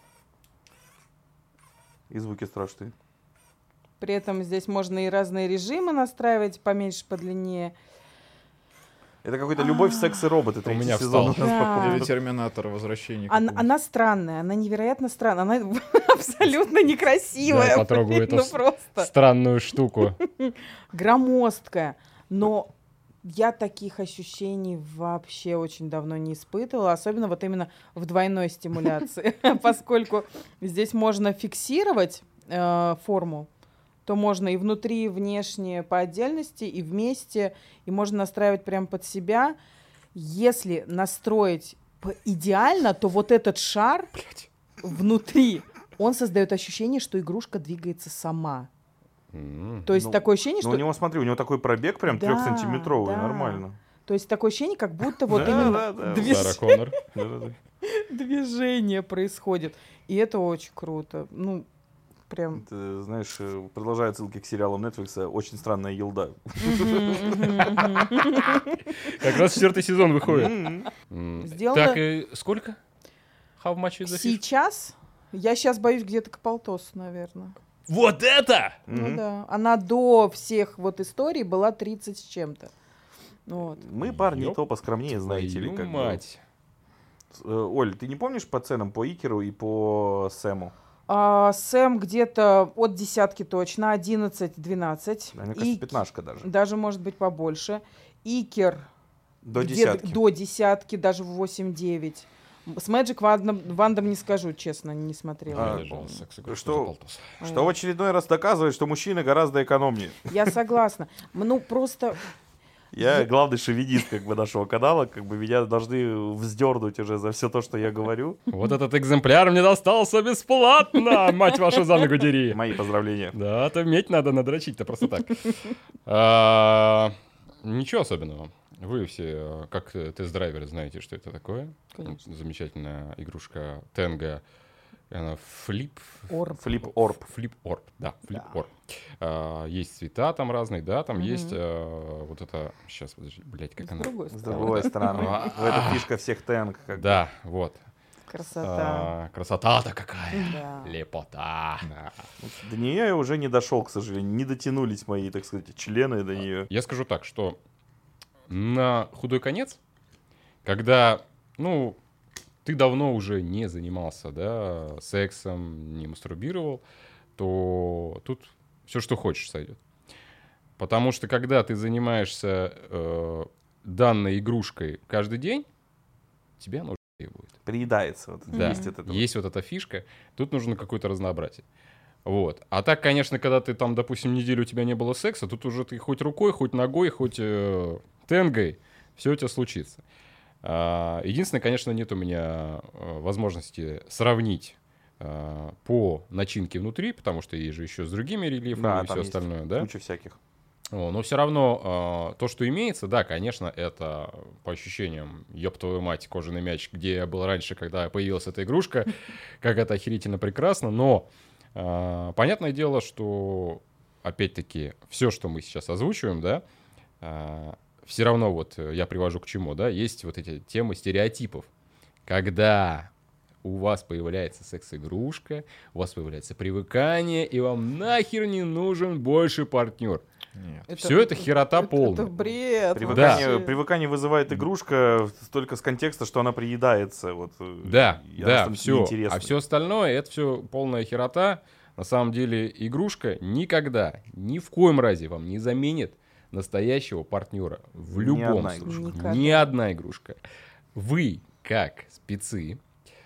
И звуки страшные.
При этом здесь можно и разные режимы настраивать, поменьше, подлиннее.
Это какой-то любовь, секс и роботы.
У меня
Третий сезон у
встал.
нас
Да.
походу.
Или Терминатор, возвращение.
Она,
какого-нибудь.
она странная, она невероятно странная, она абсолютно некрасивая,
Да, потрогаю
блин,
эту
ну
с-
просто
Странную штуку.
громоздкая. Но я таких ощущений вообще очень давно не испытывала, особенно вот именно в двойной стимуляции, поскольку здесь можно фиксировать э, форму, то можно и внутри, и внешне по отдельности, и вместе, и можно настраивать прям под себя. Если настроить п- идеально, то вот этот шар внутри, он создает ощущение, что игрушка двигается сама.
М.
То есть
Ну,
такое ощущение,
Ну,
что...
у него, смотри, у него такой пробег прям
Да,
трехсантиметровый,
да.
нормально.
То есть такое ощущение, как будто вот
Да,
именно
да, да.
движ-
Сара Коннор.
Да-да-да.
движение происходит. И это очень круто. Ну, прям...
Это, знаешь, э, продолжая ссылки к сериалам Netflix, очень странная елда.
Как раз четвертый сезон выходит.
М.
М.
Сделано-
Так, и сколько? How much is the fish?
Сейчас, я сейчас боюсь где-то к полтосу, наверное.
Вот это!
Ну
Мгм.
да. Она до всех вот историй была тридцать с чем-то. Вот.
Мы, парни,
Ёп
то поскромнее, знаете ли.
Твою
как бы.
мать.
Э, Оль, ты не помнишь по ценам по Икеру и по Сэму?
А, Сэм где-то от десятки точно, одиннадцать-двенадцать.
Мне кажется, пятнашка даже.
Даже может быть побольше. Икер
До
где
десятки.
до десятки, даже в восемь-девять. С Magic Вандом, Вандом не скажу, честно, не смотрела.
А,
Я даже секс-игрушку
что-
заболтался.
Что в очередной раз доказывает, что мужчины гораздо экономнее.
Я согласна. Ну, просто...
Я главный шовинист как бы нашего канала, как бы меня должны вздернуть уже за все то, что я говорю.
Вот этот экземпляр мне достался бесплатно, мать вашу за ногу дери.
Мои поздравления.
Да, это медь надо надрочить-то просто так. А, Ничего особенного. Вы все, как тест-драйверы, знаете, что это такое.
Конечно.
Замечательная игрушка Tenga. Она флип.
Орб.
Флип-орб.
Флип-орб, да,
Да.
флип-орб. А, есть цвета там разные, да, там
Мгм.
есть а, вот это... Сейчас, подожди, блядь, как
С
она...
другой
С
стороны.
другой стороны.
А.
Это фишка всех тэнк. как бы.
Да, вот.
Красота.
А, красота-то какая.
Да.
Лепота.
До нее я уже не дошел, к сожалению. Не дотянулись мои, так сказать, члены до нее.
Я скажу так, что на худой конец, когда, ну, ты давно уже не занимался, да, сексом, не мастурбировал, то тут все, что хочешь, сойдет. Потому что когда ты занимаешься э, данной игрушкой каждый день, тебя оно уже будет.
Приедается. Вот,
Да,
есть вот это вот.
есть вот эта фишка. Тут нужно какое-то разнообразие. Вот. А так, конечно, когда ты там, допустим, неделю у тебя не было секса, тут уже ты хоть рукой, хоть ногой, хоть э, тенгой, все у тебя случится. А, единственное, конечно, нет у меня э, возможности сравнить э, по начинке внутри, потому что есть же еще с другими рельефами
Да,
и
там
все
есть
остальное, да?
Куча всяких.
О, но все равно э, то, что имеется, да, конечно, это по ощущениям, ёб твою мать, кожаный мяч, где я был раньше, когда появилась эта игрушка, как это охерительно прекрасно, но э, понятное дело, что, опять-таки, все, что мы сейчас озвучиваем, да, э, все равно вот я привожу к чему, да, есть вот эти темы стереотипов, когда у вас появляется секс-игрушка, у вас появляется привыкание, и вам нахер не нужен больше партнер.
Нет.
Все это херота
это,
полная.
Это бред.
Привыкание,
вообще.
привыкание вызывает игрушка только с контекста, что она приедается. Вот, э,
Да,
и она
да,
становится
все.
неинтересной.
А все остальное, это все полная херота. На самом деле игрушка никогда, ни в коем разе вам не заменит настоящего партнера. В
Ни
любом
одна
случае.
игрушка.
Ни одна игрушка. Вы, как спецы,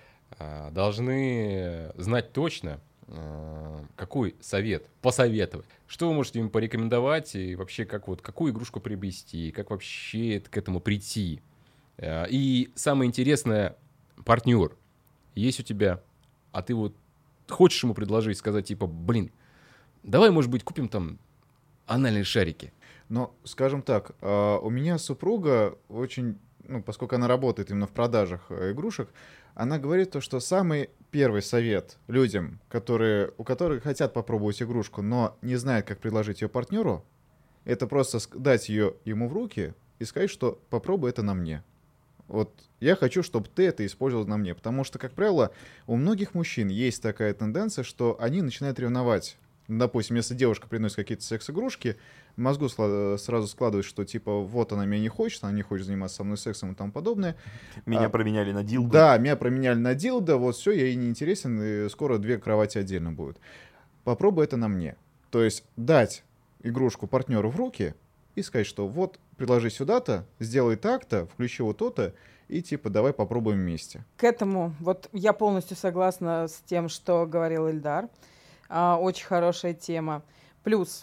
а, должны знать точно, а, какой совет посоветовать, что вы можете им порекомендовать и вообще как вот какую игрушку приобрести, как вообще к этому прийти. А, И самое интересное, партнер есть у тебя, а ты вот хочешь ему предложить, сказать типа, блин, давай, может быть, купим там анальные шарики.
Но, скажем так, а, у меня супруга очень, ну, поскольку она работает именно в продажах э, игрушек, она говорит то, что самый первый совет людям, которые, у которых хотят попробовать игрушку, но не знают, как предложить ее партнеру, это просто ск- дать ее ему в руки и сказать, что попробуй это на мне. Вот я хочу, чтобы ты это использовал на мне. Потому что, как правило, у многих мужчин есть такая тенденция, что они начинают ревновать. Допустим, если девушка приносит какие-то секс-игрушки, в мозгу сла- сразу складывается, что типа вот она меня не хочет, она не хочет заниматься со мной сексом и тому подобное.
Меня
А,
променяли на дилду.
Да, меня променяли на дилдо, вот все, я ей не интересен, и скоро две кровати отдельно будут. Попробуй это на мне. То есть дать игрушку партнеру в руки и сказать, что вот, предложи сюда-то, сделай так-то, включи вот то-то, и типа давай попробуем вместе.
К этому, вот я полностью согласна с тем, что говорил Ильдар. А, очень хорошая тема. Плюс,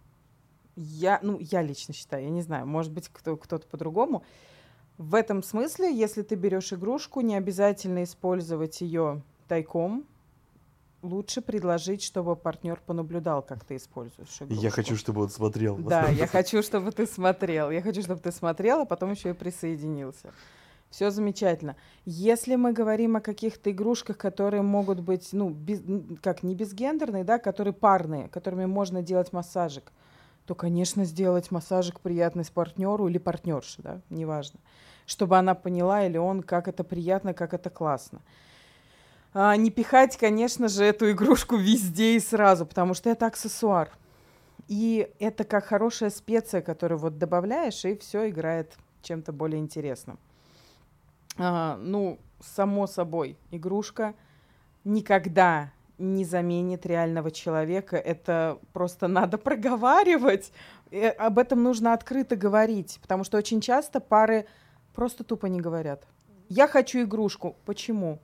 я, ну, я лично считаю, я не знаю, может быть, кто, кто-то по-другому. В этом смысле, если ты берешь игрушку, не обязательно использовать ее тайком. Лучше предложить, чтобы партнер понаблюдал, как ты используешь игрушку.
Я хочу, чтобы он смотрел.
Да, я хочу, чтобы ты смотрел. Я хочу, чтобы ты смотрел, а потом еще и присоединился. Все замечательно. Если мы говорим о каких-то игрушках, которые могут быть, ну, без, н- как не безгендерные, да, которые парные, которыми можно делать массажик, то, конечно, сделать массажик приятный с партнеру или партнерше, да, неважно, чтобы она поняла или он, как это приятно, как это классно. А, не пихать, конечно же, эту игрушку везде и сразу, потому что это аксессуар. И это как хорошая специя, которую вот добавляешь, и все играет чем-то более интересным. А, ну, само собой, игрушка никогда не заменит реального человека. Это просто надо проговаривать. И об этом нужно открыто говорить, потому что очень часто пары Просто тупо не говорят. Я хочу игрушку. Почему?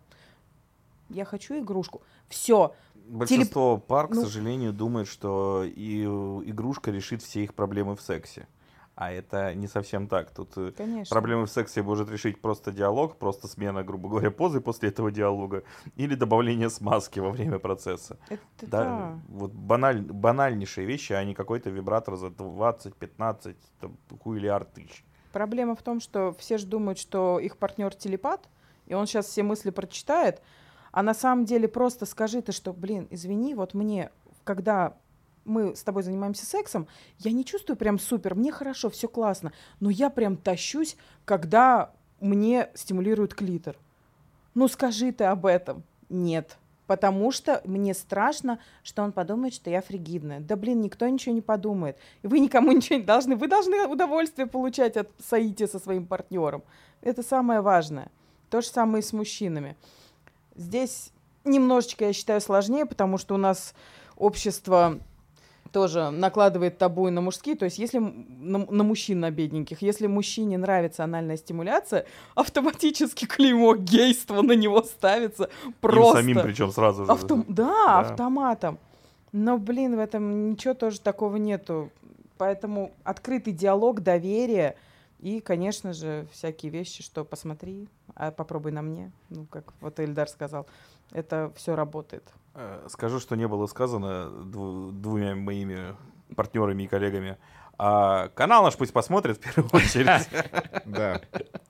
Я хочу игрушку. Все.
Большинство
Телеп...
пар, к
ну...
сожалению, думает, что и игрушка решит все их проблемы в сексе. А это не совсем так. Тут Конечно. Проблемы в сексе может решить просто диалог, просто смена, грубо говоря, позы после этого диалога или добавление смазки во время процесса.
Это
да,
да.
Вот баналь, банальнейшие вещи, а не какой-то вибратор за двадцать-пятнадцать хуйлиард тысяч.
Проблема в том, что все же думают, что их партнер телепат, и он сейчас все мысли прочитает, а на самом деле просто скажи ты, что, блин, извини, вот мне, когда мы с тобой занимаемся сексом, я не чувствую прям супер, мне хорошо, все классно, но я прям тащусь, когда мне стимулирует клитор. Ну скажи ты об этом. Нет. Потому что мне страшно, что он подумает, что я фригидная. Да блин, никто ничего не подумает. И вы никому ничего не должны. Вы должны удовольствие получать от соития со своим партнером. Это самое важное. То же самое и с мужчинами. Здесь немножечко, я считаю, сложнее, потому что у нас общество тоже накладывает табу и на мужские. То есть если на, на мужчин, на бедненьких, если мужчине нравится анальная стимуляция, автоматически клеймо гейства на него ставится просто.
Им самим причем сразу же.
Авто... Да, да, автоматом. Но, блин, в этом ничего тоже такого нету. Поэтому открытый диалог, доверие и, конечно же, всякие вещи, что посмотри, а попробуй на мне. Ну, как вот Эльдар сказал, это все работает.
Скажу, что не было сказано дву- двумя моими партнерами и коллегами. А канал наш пусть посмотрит в первую очередь.
Да.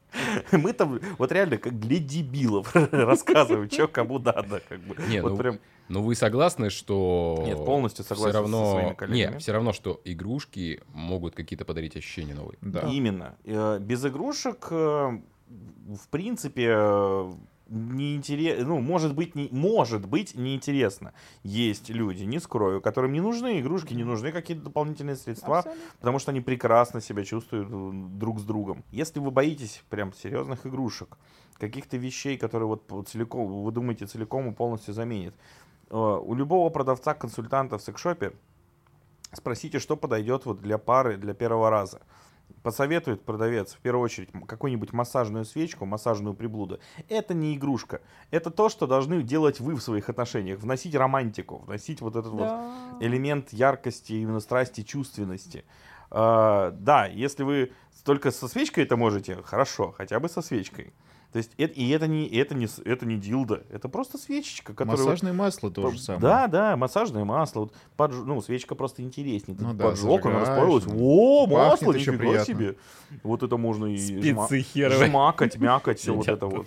Мы там вот реально как для дебилов рассказываем, что кому надо.
Нет, ну вы согласны, что...
Нет, полностью согласен со своими коллегами.
Нет, все равно, что игрушки могут какие-то подарить ощущения новые.
Именно. Без игрушек, в принципе... Неинтересно, ну, может быть, не, может быть, неинтересно. Есть люди, не скрою, которым не нужны игрушки, не нужны какие-то дополнительные средства, Абсолютно. Потому что они прекрасно себя чувствуют друг с другом. Если вы боитесь прям серьезных игрушек, каких-то вещей, которые вот целиком, вы думаете, целиком и полностью заменят, у любого продавца, консультанта в секс-шопе спросите, что подойдет вот для пары, для первого раза. Посоветует продавец, в первую очередь, какую-нибудь массажную свечку, массажную приблуду. Это не игрушка. Это то, что должны делать вы в своих отношениях. Вносить романтику, вносить вот этот да. вот элемент яркости, именно страсти, чувственности. А, да, если вы только со свечкой это можете, хорошо, хотя бы со свечкой. То есть это, и это не, это, не, это не дилдо, это просто свечечка.
Массажное
вот,
масло то же самое.
Да, да, массажное масло. Вот, подж, ну, свечка просто интереснее. Ты
ну,
поджег,
да,
она расплавилась. О, масло, нифига
приятно.
себе. Вот это можно и
Спецы
жма- жмакать, мякать, все вот это вот.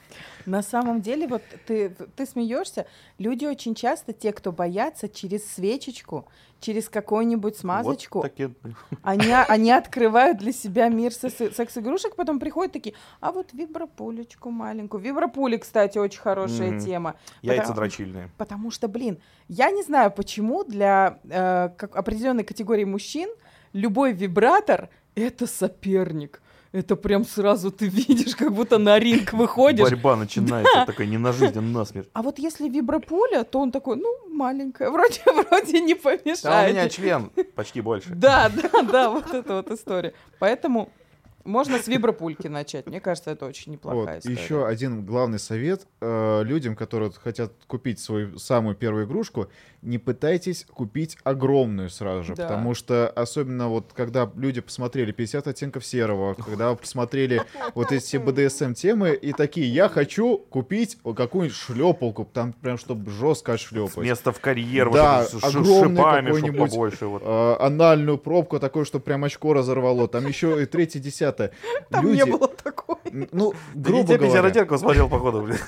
На самом деле, вот ты, ты смеешься, люди очень часто, те, кто боятся, через свечечку, через какую-нибудь смазочку,
вот таки...
они, они открывают для себя мир секс-игрушек, потом приходят такие, а вот вибропулечку маленькую. Вибропули, кстати, очень хорошая mm-hmm. тема.
Яйца
потому,
дрочильные.
Потому что, блин, я не знаю, почему для э, как определенной категории мужчин любой вибратор — это соперник. Это прям сразу ты видишь, как будто на ринг выходишь.
Борьба начинается, да. Такая не на жизнь, а на смерть.
А вот если вибропуля, то он такой, ну, маленькая, вроде, вроде не помешает.
Да, у меня член почти больше.
Да, да, да, вот эта вот история. Поэтому можно с вибропульки начать. Мне кажется, это очень неплохая
вот,
история.
Еще один главный совет э, людям, которые хотят купить свою самую первую игрушку, не пытайтесь купить огромную сразу же, да. Потому что особенно вот когда люди посмотрели пятьдесят оттенков серого, когда посмотрели вот эти бэ дэ эс эм-темы и такие, я хочу купить какую-нибудь шлепалку, там прям чтобы жестко отшлепать.
Вместо в карьер,
да,
вот
огромный
шипами,
какой-нибудь
побольше, вот.
э, анальную пробку такую, чтобы прям очко разорвало, там еще и третье, десятое.
Там
люди,
не было такой.
Ну, грубо
говоря.
Я
пятидесятку смотрел, походу, блин.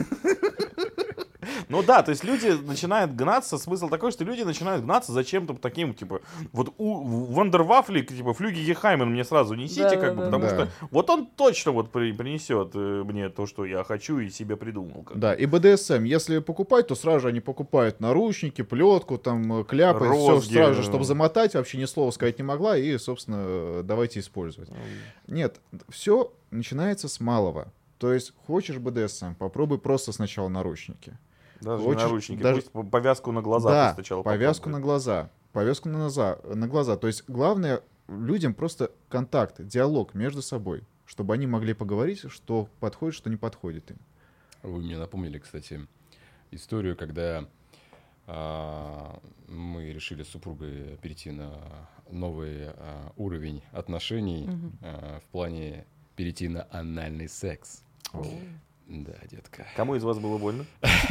Ну да, то есть люди начинают гнаться, смысл такой, что люди начинают гнаться за чем-то таким, типа, вот у Вандервафли, типа, Флюги Гехаймен мне сразу несите, да, как да, бы, да, потому да. что вот он точно вот при, принесет мне то, что я хочу и себе придумал. Как
да, и бэ дэ эс эм, если покупать, то сразу же они покупают наручники, плетку, там, кляпы, все сразу же, чтобы замотать, вообще ни слова сказать не могла, и, собственно, давайте использовать. Нет, все начинается с малого. То есть, хочешь бэ дэ эс эм, попробуй просто сначала наручники.
Даже
Хочешь,
наручники,
даже...
пусть повязку на глаза
да,
сначала
повязку
попробуй.
на глаза, повязку на глаза, на глаза. То есть главное людям просто контакт, диалог между собой. чтобы они могли поговорить, что подходит, что не подходит им.
Вы мне напомнили, кстати, историю, когда а, мы решили с супругой перейти на новый а, уровень отношений
Мгм.
а, в плане перейти на анальный секс.
О.
Да, детка.
Кому из вас было больно?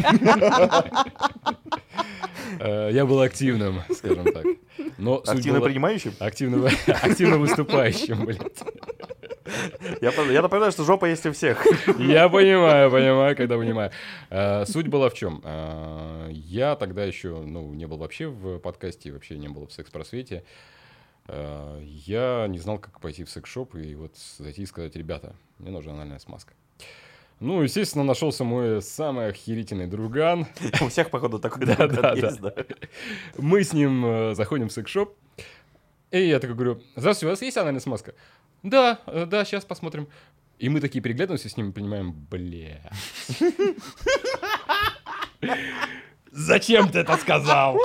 Э, Я был активным, скажем так. Но суть
Активно
была-
принимающим?
активно, активно выступающим, блядь.
Я, пон- я напоминаю, что жопа есть у всех.
Я понимаю, понимаю, когда понимаю. Э, Суть была в чем? Э, Я тогда еще, ну, не был вообще в подкасте, вообще не был в секс-просвете. Э, Я не знал, как пойти в секс-шоп и вот зайти и сказать: ребята, мне нужна анальная смазка. Ну, естественно, нашелся мой самый охерительный друган.
У всех, походу, такой
Да,
друган
да,
есть, да.
Мы с ним э, заходим в секс-шоп. И я такой говорю: здравствуйте, у вас есть анальная смазка? Да, э, да, сейчас посмотрим. И мы такие переглядываемся с ним и понимаем: бля. Зачем ты это сказал?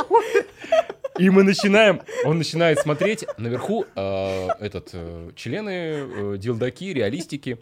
И мы начинаем, он начинает смотреть наверху э, этот э, члены, э, дилдаки, реалистики.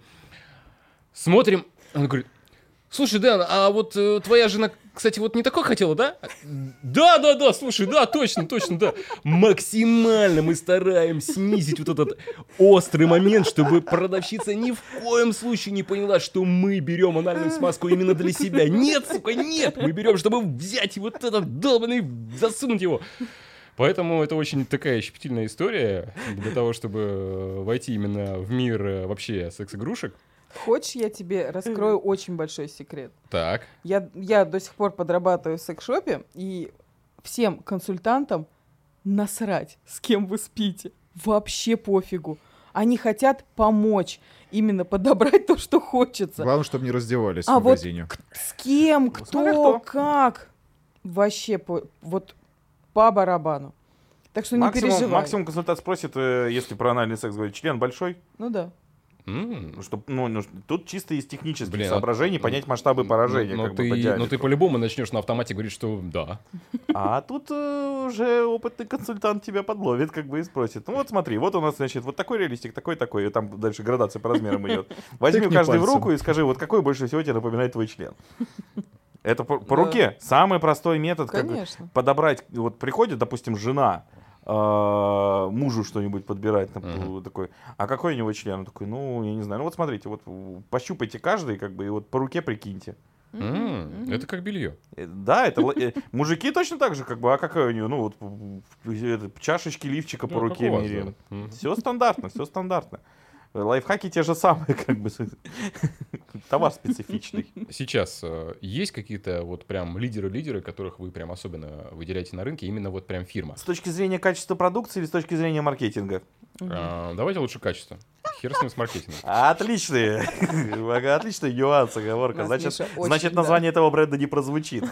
Смотрим, он говорит: слушай, Дэн, а вот э, твоя жена, кстати, вот не такой хотела, да? Да, да, да, слушай, да, точно, точно, да. Максимально мы стараемся снизить вот этот острый момент, чтобы продавщица ни в коем случае не поняла, что мы берем анальную смазку именно для себя. Нет, сука, нет, мы берем, чтобы взять вот этот долбанный, засунуть его. Поэтому это очень такая щепетильная история для того, чтобы войти именно в мир э, вообще секс-игрушек.
Хочешь, я тебе раскрою очень большой секрет?
Так.
Я, я до сих пор подрабатываю в секс-шопе, и всем консультантам насрать, с кем вы спите. Вообще пофигу. Они хотят помочь, именно подобрать то, что хочется.
Главное, чтобы не раздевались
А
в
вот
магазине.
к- с кем, кто,
смотря кто.
как. Вообще, по, вот по барабану. Так что не
Максимум,
переживай.
максимум консультант спросит, э, если про анальный секс говорить, член большой?
Ну да.
М.
Ну, чтоб, ну, ну, тут чисто из технических
Блин, а-
соображений понять масштабы поражения.
Но,
как бы,
ты,
по
но
диаметру.
ты по-любому начнешь на автомате говорить, что да.
А тут э, уже опытный консультант тебя подловит, как бы и спросит. Ну вот смотри, вот у нас, значит, вот такой реалистик, такой, такой, и там дальше градация по размерам идет. Возьми
Тыкни
каждый в
пальцем.
руку и скажи, вот какой больше всего тебе напоминает твой член. Это по, по
Да.
руке. Самый простой метод, как бы,
Конечно.
подобрать. Вот приходит, допустим, жена, э, мужу что-нибудь подбирать, нап-
Мгм.
такой, а какой у него член? Он такой, ну, я не знаю. Ну вот смотрите, вот э, пощупайте каждый, как бы, и вот по руке прикиньте.
М, Это как белье.
Э, Да, это л- э, мужики точно так же, как бы, а какая у нее, ну вот п- это, чашечки лифчика по
Ну, как
руке
у вас,
меряем.
да. Мгм.
Все стандартно, все стандартно. Лайфхаки те же самые, как бы. Товар специфичный.
Сейчас э, есть какие-то вот прям лидеры-лидеры, которых вы прям особенно выделяете на рынке, именно вот прям фирма?
С точки зрения качества продукции или с точки зрения маркетинга?
А, Давайте лучше качество. Хер с ним с маркетингом.
Отличные. Ага, отличные нюансы, оговорка.
Нас
Значит,
Миша очень,
значит
да.
название этого бренда не прозвучит.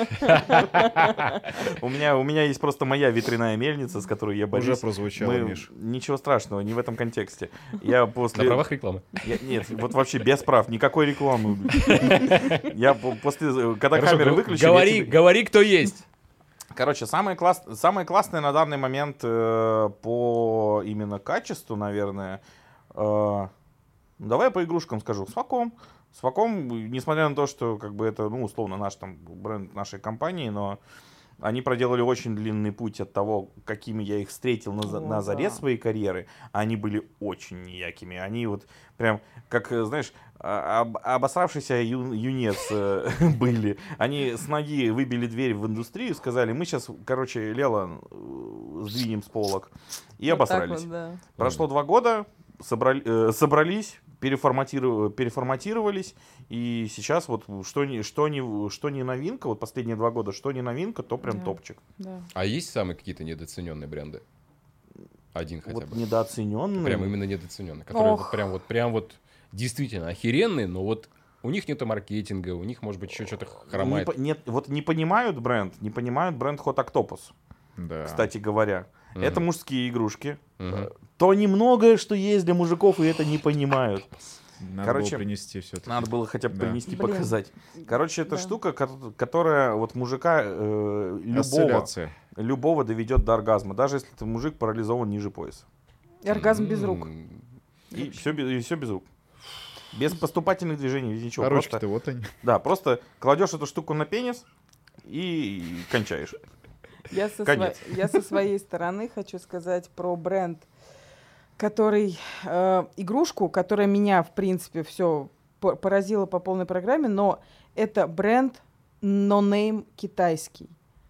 У меня, у меня есть просто моя ветряная мельница, с которой я борюсь.
Уже прозвучало,
Мы-
Миш.
Ничего страшного, не в этом контексте. Я
На
после...
правах рекламы.
Я- нет, вот вообще без прав, никакой рекламы. Я по- после, когда
Хорошо,
камеры
г-
выключили... я
Говори,
тебе-
говори, кто есть.
Короче, самое, класс... самое классное на данный момент э, по именно качеству, наверное, э, давай по игрушкам скажу. С Факом. С Факом, несмотря на то, что как бы это, ну, условно, наш там бренд нашей компании, но они проделали очень длинный путь от того, какими я их встретил на, за-
О,
на заре
да.
своей карьеры. Они были очень неякими. Они вот прям, как, э, знаешь, а- об- обосравшийся ю- юнец э, были. Они с ноги выбили дверь в индустрию, сказали, мы сейчас, короче, Лела э, сдвинем с полок. И
Вот так
обосрались.
вот, да.
Прошло два года, собрали- э, собрались, переформатиров- переформатировались, и сейчас вот что не, что, не, что не новинка, вот последние два года, что не новинка, то прям
Да.
топчик.
Да.
А есть самые какие-то недооцененные бренды? Один хотя
Вот
бы.
недооцененный.
Прям именно недооцененные. Которые
Ох.
вот прям вот прям вот действительно охеренные, но вот у них нету маркетинга, у них, может быть, еще что-то
не,
хромает.
по- нет, вот не понимают бренд, не понимают бренд Hot Octopus,
Да.
кстати говоря.
Мгм.
Это мужские игрушки.
Мгм.
То немногое, что есть для мужиков, и это не понимают.
Надо
Короче,
было принести все-таки.
Надо было хотя бы
Да.
принести,
Блин.
показать. Короче, это
Да.
штука, ко- которая вот мужика э, любого,
Осцилляция.
любого доведет до оргазма, даже если ты мужик парализован ниже пояса.
И оргазм без рук.
М,
И все, и все без рук. Без поступательных движений, без ничего.
А
Просто,
ручки-то вот они.
да, просто кладешь эту штуку на пенис и кончаешь.
Я со,
Конец.
сво- я со своей стороны хочу сказать про бренд, который э, игрушку, которая меня, в принципе, все поразила по полной программе, но это бренд No Name китайский.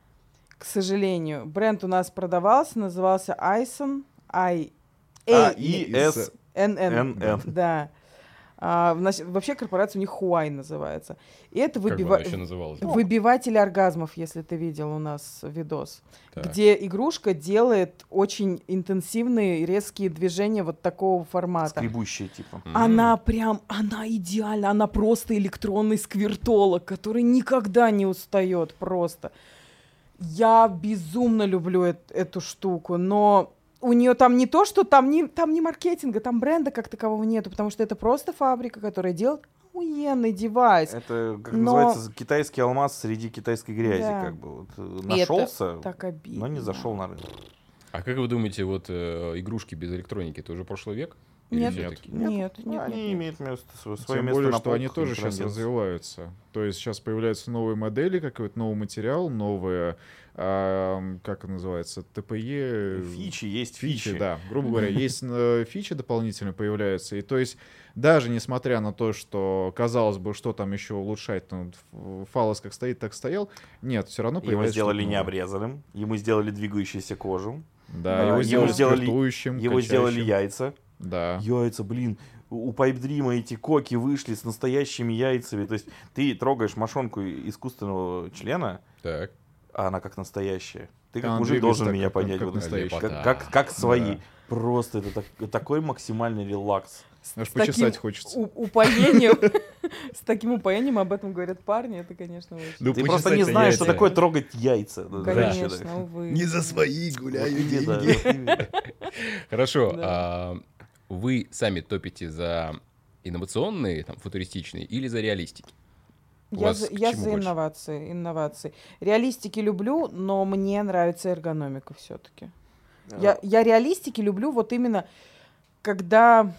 К сожалению, бренд у нас продавался, назывался Айсон, I
А,
A
И, С,
N N.
Н, Н.
Да. А, значит, вообще корпорация у них Huawei называется. И это
Как бы
выбива...
она еще называлась?
выбиватель оргазмов, если ты видел у нас видос.
Так.
Где игрушка делает очень интенсивные резкие движения вот такого формата.
Скребущие, типа.
М.
Она прям, она идеальна, она просто электронный сквиртолог, который никогда не устает просто. Я безумно люблю эт- эту штуку, но у нее там не то, что там не, там не маркетинга, там бренда как такового нету, потому что это просто фабрика, которая делает охуенный девайс.
Это, как
Но-
называется, китайский алмаз среди китайской грязи.
Да.
Как бы. Вот, э,
И это
нашелся,
так обидно.
но не зашел на рынок.
А как вы думаете, вот э, игрушки без электроники, это уже прошлый век? Или
Нет.
всё-таки?
Нет, нет,
они
нет, нет.
имеют место, свое
Тем
место
более,
на
что они
полках,
тоже
никуда не
сейчас
денутся.
развиваются. То есть сейчас появляются новые модели, какой-то новый материал, новые, а, как это называется, ТПЕ.
Фичи есть
Фичи,
фичи.
да. Грубо говоря, есть э, фичи дополнительно появляются. И то есть даже несмотря на то, что, казалось бы, что там еще улучшать, ну, ф- фалос как стоит, так стоял, нет, все равно
Его
появляется
сделали
что-то новое.
необрезанным, ему сделали двигающуюся кожу,
Да,
А,
его
его
сделали
сделали-
сквиртующим,
его сделали
качающим.
яйца.
Да.
Яйца, блин, у у Пайпдрима эти коки вышли с настоящими яйцами. То есть ты трогаешь мошонку искусственного члена,
Так.
а она как настоящая. Ты как
Она
мужик
двигается
должен
так,
меня
как-
понять.
как
вот,
настоящий.
как, как, как свои.
Да.
Просто это так- такой максимальный релакс.
Аж
С
почесать
таким
хочется.
у- упоением, с таким упоением об этом говорят парни, это, конечно, очень.
Ну,
Ты просто не
почесать-то
знаешь, что
яйца.
такое трогать яйца. Да, раньше, да.
Конечно, увы.
Не за свои
Вот
гуляю
именно, да,
деньги.
вот именно.
Хорошо.
Да.
А вы сами топите за инновационные, там, футуристичные или за реалистики? У
Я
вас
за,
к
я
чему
за
больше?
инновации, инновации. Реалистики люблю, но мне нравится эргономика все-таки. Я, я реалистики люблю вот именно, когда,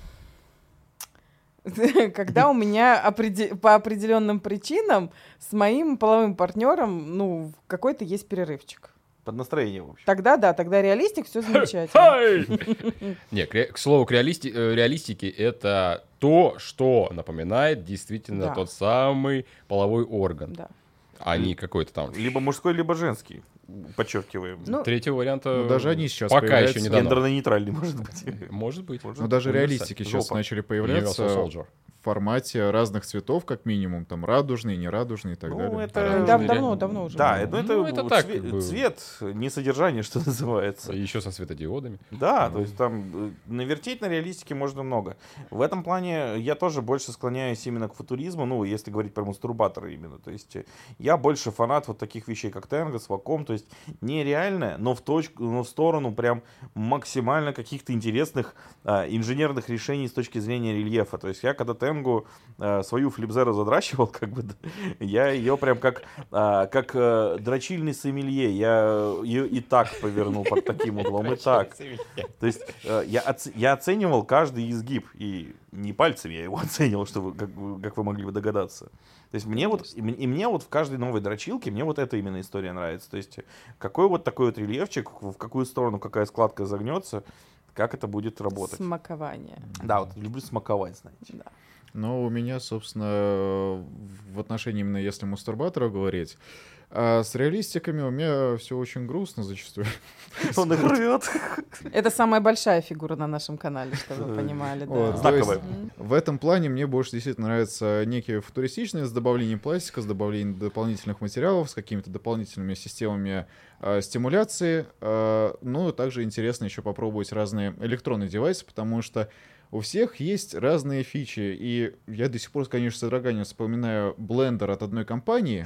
когда у меня опреде- по определенным причинам с моим половым партнером, ну, какой-то есть перерывчик.
Под настроение, в общем.
Тогда да, тогда реалистик, все замечательно.
Не, к ре- к слову, к реалисти- э, реалистике это то, что напоминает действительно
Да.
тот самый половой орган,
Да.
а не какой-то там.
Либо мужской, либо женский. Подчеркиваем.
Ну,
Третьего варианта
Ну, даже они сейчас
пока
появляются.
еще не дано.
Гендерно-нейтральный, может быть.
Может быть.
Может.
Но даже
Универсаль.
реалистики сейчас
Жопа.
начали
Universal
появляться
Soldier.
в формате разных цветов, как минимум, там радужные, нерадужные и так
Ну,
далее.
это-
Радужный
дав-
реально-
давно, давно уже.
Да,
было.
ну это,
Ну, это
вот
так,
цве-
как бы.
цвет, не содержание, что называется.
Еще со светодиодами.
Да, то есть там э, навертеть на реалистике можно много. В этом плане я тоже больше склоняюсь именно к футуризму, ну, если говорить про мастурбаторы именно. То есть э, я больше фанат вот таких вещей, как Тенгос, Ваком, то есть нереально, но в точку, но в сторону прям максимально каких-то интересных а, инженерных решений с точки зрения рельефа. То есть я когда Тенгу а, свою флипзеру задрачивал, как бы, да, я ее прям как, а, как а, дрочильный сомелье, я ее и так повернул под таким углом, и так. То есть э, я, оц- я оценивал каждый изгиб, и не пальцем я его оценивал, что вы, как, вы, как вы могли бы догадаться. То есть мне вот, и, м- и мне вот в каждой новой дрочилке, мне вот эта именно история нравится. То есть какой вот такой вот рельефчик, в какую сторону какая складка загнется, как это будет работать.
Смакование.
Да, вот люблю смаковать, знаете.
Да.
Но у меня, собственно, в отношении именно если мастурбатора говорить, а с реалистиками у меня все очень грустно зачастую.
Он их рвет.
Это самая большая фигура на нашем канале, чтобы вы понимали.
Вот,
Да.
Знаковая.
то есть в этом плане мне больше действительно нравятся некие футуристичные с добавлением пластика, с добавлением дополнительных материалов, с какими-то дополнительными системами э, стимуляции. Э, ну, также интересно еще попробовать разные электронные девайсы, потому что у всех есть разные фичи. И я до сих пор, конечно, с содроганием вспоминаю блендер от одной компании.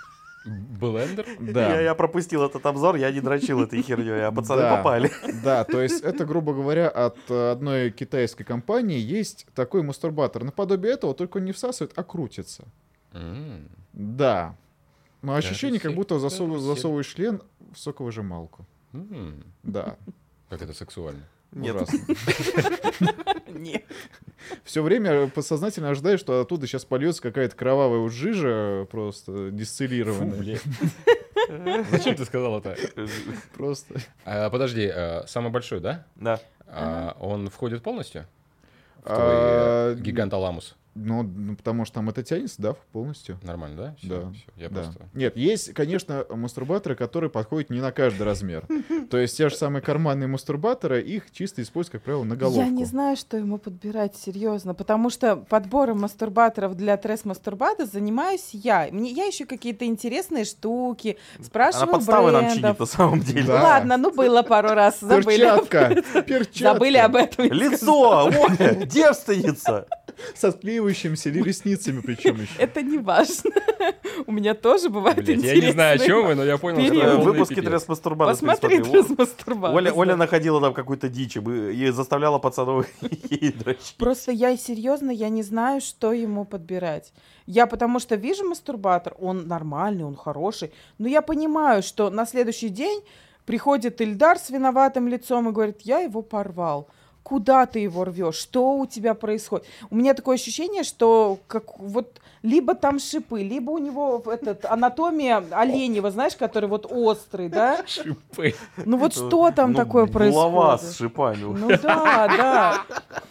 Блендер?
Да.
Я, я пропустил этот обзор, я не дрочил этой херней, а пацаны
Да.
попали.
Да, то есть это, грубо говоря, от э, одной китайской компании есть такой мастурбатор. Наподобие этого, только он не всасывает, а крутится.
М.
Да. Но ощущение, как
Карусель,
будто засовываешь,
карусель.
засовываешь член в соковыжималку.
М.
Да.
Как это сексуально.
Нет.
Ужасно.
Нет.
Все время подсознательно ожидаешь, что оттуда сейчас польется какая-то кровавая вот жижа, просто дистиллированная.
Фу, блядь. Зачем ты сказал это?
Просто.
А, подожди, а, самый большой, да?
Да.
А, он входит полностью в твой
А,
э, гигант-аламус?
Ну, ну, потому что там это тянется, да, полностью.
Нормально, да? Всё,
Да.
всё, я
Да.
просто...
Нет, есть, конечно, мастурбаторы, которые подходят не на каждый размер. То есть те же самые карманные мастурбаторы, их чисто используют, как правило, на головку.
Я не знаю, что ему подбирать, серьезно, потому что подбором мастурбаторов для трес-мастурбата занимаюсь я. Мне, я ищу какие-то интересные штуки, спрашиваю
Она подставы нам чинит
брендов.
на самом деле.
Да.
Ладно, ну было пару раз, забыли.
Перчатка! Перчатка!
Забыли об этом.
Лицо! Оля, девственница!
Со склеивающимися ресницами причем еще.
Это не важно. У меня тоже бывает
Блядь,
интересные.
я не знаю, о чем вы, но я понял, что
Период.
это
Э,
полный
Выпуски
пипец.
трес-мастурбата.
Посмотри трес-мастурбат.
Оля, Оля находила там какую-то дичь, и бы- и заставляла пацанов ей дрочить.
Просто я серьезно, я не знаю, что ему подбирать. Я потому что вижу мастурбатор, он нормальный, он хороший, но я понимаю, что на следующий день приходит Ильдар с виноватым лицом и говорит, я его порвал. Куда ты его рвешь? Что у тебя происходит? У меня такое ощущение, что как вот либо там шипы, либо у него этот анатомия оленева, знаешь, который вот острый, да?
Шипы.
Ну вот что там
Ну,
такое
Голова с
происходит?
шипами.
Ну да, да.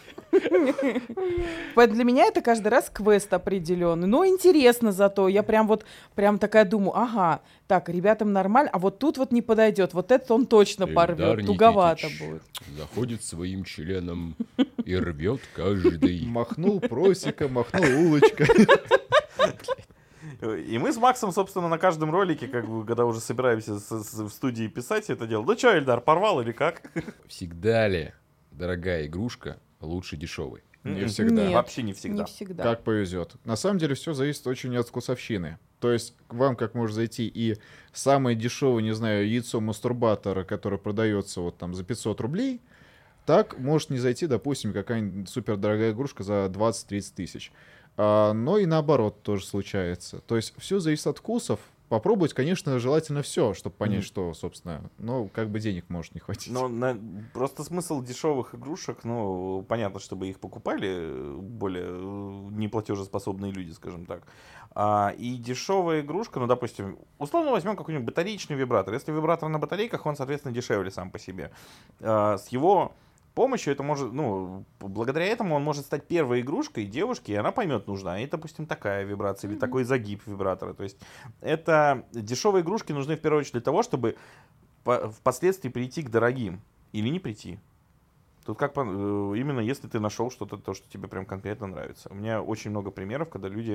Поэтому для меня это каждый раз квест определенный. Но интересно зато. Я прям вот прям такая думаю, ага, так, ребятам нормально, а вот тут вот не подойдет. Вот этот он точно
Эльдар
порвет. Туговато
Никитич
будет.
заходит своим членом и рвет каждый.
Махнул просека, махнул улочка.
И мы с Максом, собственно, на каждом ролике, как бы, когда уже собираемся с- с- в студии писать это дело. Ну что, Эльдар, порвал или как?
Всегда ли дорогая игрушка лучше дешевой?
Не
М-м.
всегда.
Нет.
Вообще не всегда.
Не всегда.
Как повезет. На самом деле все зависит очень от вкусовщины. То есть к вам как может зайти и самое дешевое, не знаю, яйцо мастурбатора, которое продается вот там за пятьсот рублей, так может не зайти, допустим, какая-нибудь супердорогая игрушка за двадцать-тридцать тысяч. А, но и наоборот тоже случается. То есть все зависит от вкусов. Попробовать, конечно, желательно все, чтобы понять,
Мгм.
что, собственно, но как бы денег может не хватить.
Но на- просто смысл дешевых игрушек, ну, понятно, чтобы их покупали э, более э, неплатежеспособные люди, скажем так. А, и дешевая игрушка, ну, допустим, условно возьмем какой-нибудь батареечный вибратор. Если вибратор на батарейках, он, соответственно, дешевле сам по себе. А, с его помощью это может, ну, благодаря этому он может стать первой игрушкой девушки, и она поймет, нужна и, допустим, такая вибрация или такой загиб вибратора. То есть это дешевые игрушки нужны в первую очередь для того, чтобы по- впоследствии прийти к дорогим или не прийти. Тут как по- э, именно если ты нашел что-то, то, что тебе прям конкретно нравится. У меня очень много примеров, когда люди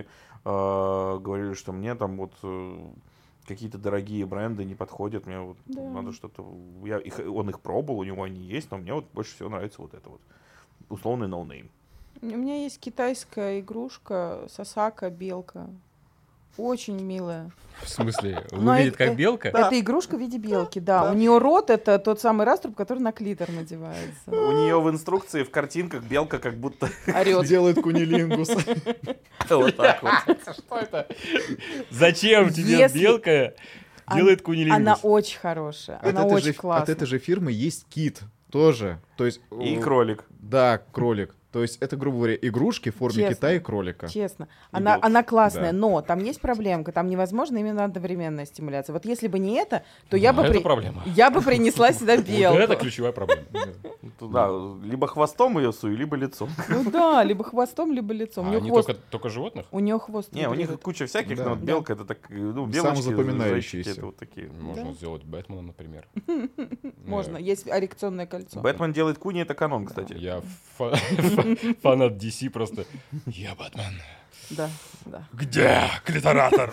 э, говорили, что мне там вот э, какие-то дорогие бренды не подходят, мне вот
Да.
надо что-то. Я их, он их пробовал, у него они есть, но мне вот больше всего нравится вот это вот условный ноунейм.
У меня есть китайская игрушка, сосака, белка. Очень милая.
В смысле,
Но
выглядит
это-
как белка?
Да.
Это игрушка в виде белки, да.
Да.
У нее рот это тот самый раструб, который на клитор надевается.
У нее в инструкции, в картинках белка как будто
Орет.
Делает кунилингус.
вот так вот.
Что это? Зачем тебе
Если-
белка
Ан-
делает кунилингус?
Она очень хорошая,
От
она
этой
очень
же- От
классная.
этой же фирмы есть кит тоже. То есть,
И
э,
кролик.
Да, кролик. То есть это, грубо говоря, игрушки в форме
Честно.
кита и кролика.
Честно. Она,
белки.
она классная,
Да.
но там есть проблемка. Там невозможно именно одновременная стимуляция. Вот если бы не это, то я
А
бы,
это
при-
проблема.
я бы принесла сюда
Вот
белку.
это ключевая проблема.
Туда, либо хвостом ее сую, либо лицом.
Ну да, либо хвостом, либо лицом.
А
у нее
они
хвост,
только, только животных?
у нее хвост.
Не, у них
вибрирует.
куча всяких,
Да.
но вот
Да.
белка это так, ну, белочки,
запоминающиеся.
зайчики, это вот такие.
Можно
Да.
сделать Бэтмена, например.
Можно.
Э,
Есть эрекционное кольцо.
Бэтмен делает куни, это канон, кстати.
Я фа- фа- фанат ди си просто. Я Бэтмен.
Да, да.
Где клиторатор?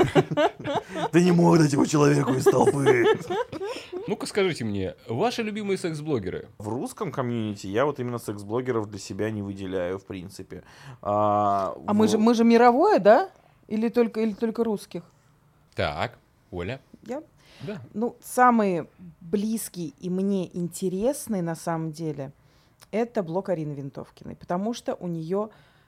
Ты не мог дать его человеку из толпы.
Ну-ка скажите мне, ваши любимые секс-блогеры?
В русском комьюнити я вот именно секс-блогеров для себя не выделяю, в принципе. А,
А мы
в-
же, мы же мировое, да? Или только, или только русских?
Так, Оля.
Я?
Да.
Ну, самый близкий и мне интересный на самом деле это блог Арины Винтовкиной, потому что у нее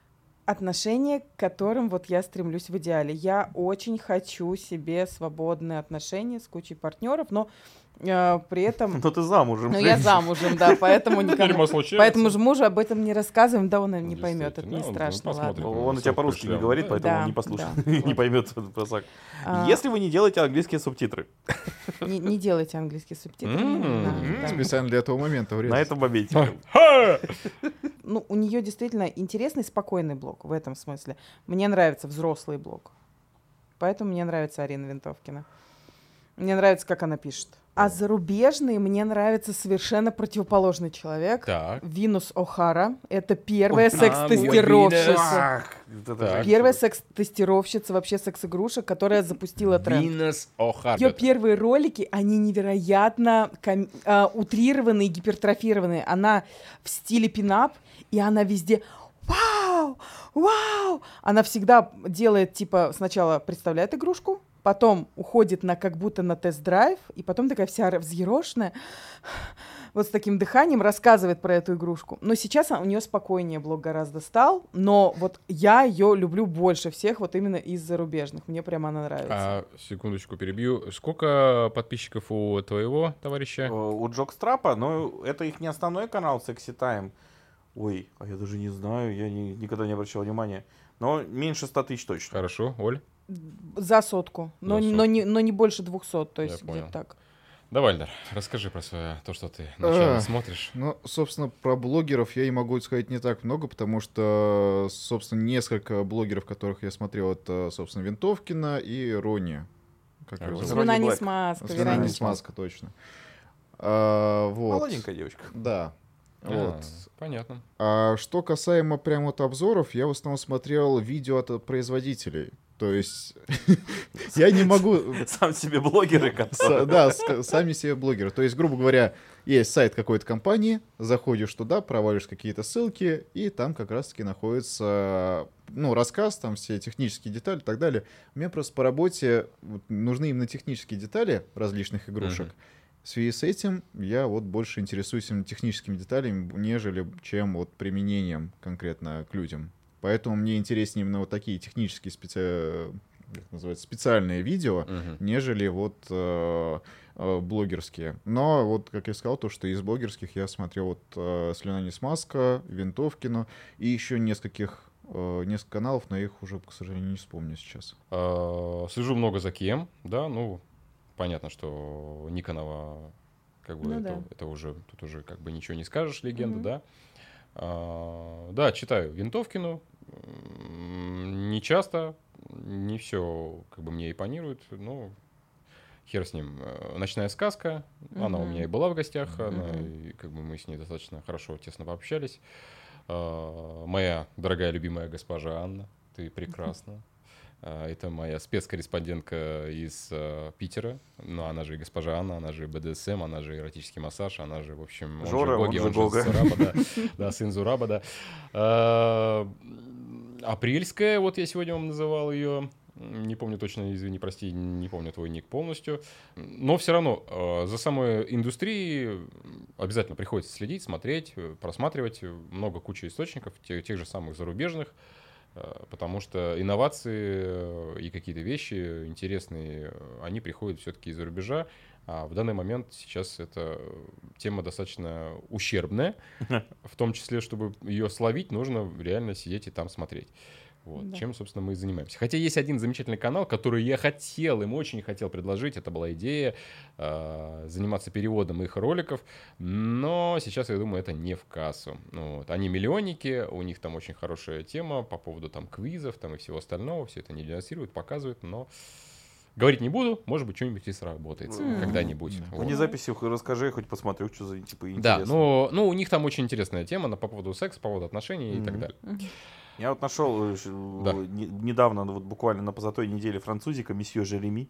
отношения, к которым вот я стремлюсь в идеале. Я очень хочу себе свободные отношения с кучей партнеров, но э, при этом...
Но ты замужем.
Ну, я замужем, да, поэтому никому...
Дерьмо случается.
Поэтому же мужу об этом не рассказываем, да, он не
Ну,
поймет, это
действительно.
не
Ну,
страшно,
посмотрим.
ладно.
Он у тебя по-русски не говорит, поэтому
Да,
он не послушает,
да,
не
вот.
поймет этот просак.
А,
Если вы не делаете английские субтитры.
Не, не делайте английские субтитры. не
М,
надо, да.
Специально для этого момента
На
врезать.
этом моменте.
Ха!
Ну, у нее действительно интересный, спокойный блог в этом смысле. Мне нравится взрослый блог. Поэтому мне нравится Арина Винтовкина. Мне нравится, как она пишет. А зарубежный мне нравится совершенно противоположный человек.
Так.
Винус О'Хара. Это первая
А,
секс-тестировщица.
Ах, это
Так.
женщина.
Первая секс-тестировщица вообще секс-игрушек, которая запустила тренд.
Винес О'Хара.
Ее первые ролики, они невероятно ком- а, утрированные, гипертрофированные. Она в стиле пинап, и она везде «Вау! Вау!». Она всегда делает, типа, сначала представляет игрушку, потом уходит на как будто на тест-драйв, и потом такая вся взъерошенная, вот с таким дыханием рассказывает про эту игрушку. Но сейчас у нее спокойнее блог гораздо стал, но вот я ее люблю больше всех вот именно из зарубежных. Мне прямо она нравится.
А, секундочку перебью. Сколько подписчиков у твоего товарища?
Э, У Джокстрапа, но это их не основной канал Sexy Time. Ой, а я даже не знаю, я не- никогда не обращал внимания. Но меньше ста тысяч точно.
Хорошо, Оль.
За сотку, но,
За
но, не, но не больше двухсот, то
Я
есть
понял.
где-то так.
Давай, Альдар, расскажи про свое, то, что ты ночами
А.
смотришь.
Ну, собственно, про блогеров я и могу сказать не так много, потому что, собственно, несколько блогеров, которых я смотрел, это, собственно, Винтовкина и Рони. Как
А,
ее
Рони
зовут?
Слюна не
Блэк.
смазка,
Слюна
Вера
не
не
смазка, точно. А, вот.
Молоденькая девочка.
Да.
А,
Вот.
понятно.
А что касаемо прям вот обзоров, я в основном смотрел видео от производителей. То есть я не могу...
Сам себе блогеры, которые...
С- Да, с- сами себе блогеры. То есть, грубо говоря, есть сайт какой-то компании, заходишь туда, провалишь какие-то ссылки, и там как раз-таки находится, ну, рассказ, там все технические детали и так далее. Мне просто по работе вот нужны именно технические детали различных игрушек.
Мгм.
В связи с этим я вот больше интересуюсь именно техническими деталями, нежели чем вот применением конкретно к людям. Поэтому мне интереснее именно вот такие технические специ... как это называется, специальные видео,
Мгм.
нежели вот э, э, блогерские. Но вот, как я сказал, то, что из блогерских я смотрел вот э, «Слюна не смазка», Винтовкину и еще нескольких, э, несколько каналов, но их уже, к сожалению, не вспомню сейчас.
А, Слежу много за кем, да, ну, понятно, что Никонова, как бы,
Ну
это,
да.
это уже, тут уже как бы ничего не скажешь, легенда,
Мгм.
да. А, да, читаю Винтовкину, м, не часто, не все как бы мне импонирует, но хер с ним. Э, «Ночная сказка», она у
Мгм.
меня и была в гостях, она,
Мгм.
и как бы мы с ней достаточно хорошо, тесно пообщались. А, моя дорогая любимая госпожа Анна, ты прекрасна. А, Это моя спецкорреспондентка из э, Питера. Ну, она же и госпожа Анна, она же и бэ дэ эс эм, она же эротический массаж, она же, в общем, он
Жора,
же
он
Гоги,
же
он же
Гога.
Зураба, да. Да, сын Зураба, да. А, Апрельская, вот я сегодня вам называл ее. Не помню точно, извини, прости, не помню твой ник полностью. Но все равно э, за самой индустрией обязательно приходится следить, смотреть, э, просматривать. Много куча источников, те- тех же самых зарубежных. э, Потому что инновации э, и какие-то вещи интересные, э, они приходят все-таки из-за рубежа. А в данный момент сейчас эта тема достаточно ущербная. В том числе, чтобы ее словить, нужно реально сидеть и там смотреть. Вот.
Да.
Чем, собственно, мы и занимаемся. Хотя есть один замечательный канал, который я хотел, им очень хотел предложить. Это была идея э, заниматься переводом их роликов. Но сейчас, я думаю, это не в кассу. Ну, вот. Они миллионники, у них там очень хорошая тема по поводу там квизов там, и всего остального. Все это не денонсируют, показывают, но говорить не буду. Может быть, что-нибудь и сработает
М.
когда-нибудь.
Да.
Вот.
Вне записи расскажи, хоть посмотрю, что за типа
Да,
интересно.
но ну, у них там очень интересная тема на- по поводу секса, по поводу отношений и так
Мгм.
далее.
Мгм.
Я вот нашел э, ш-
Да.
не- недавно, ну, вот буквально на позатой неделе французика, месье Жереми.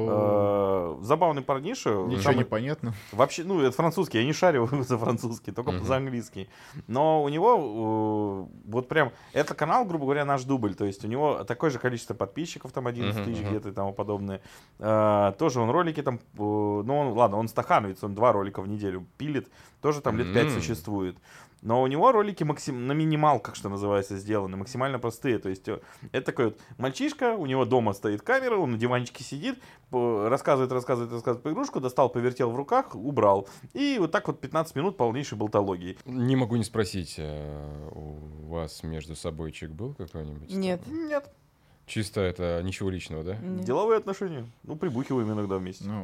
О,
Э, Забавный парниша.
Ничего
Самый-
не понятно.
Вообще, ну, это французский, я не шарю за французский, только
Мгм.
за английский. Но у него э, вот прям, это канал, грубо говоря, наш дубль. То есть у него такое же количество подписчиков, там одиннадцать
Мгм,
тысяч
мгм.
где-то и тому подобное. Э, тоже он ролики там, э, ну, он, ладно, он стахановец, он два ролика в неделю пилит. Тоже там лет пять
М.
существует. Но у него ролики максим... на минималках, что называется, сделаны, максимально простые. То есть это такой вот мальчишка, у него дома стоит камера, он на диванчике сидит, рассказывает, рассказывает, рассказывает по игрушку, достал, повертел в руках, убрал. И вот так вот пятнадцать минут полнейшей болтологии.
Не могу не спросить, у вас между собойчик был какой-нибудь?
Нет.
Нет.
Чисто это ничего личного, да?
Нет.
Деловые отношения. Ну, прибухиваем иногда вместе.
Ну,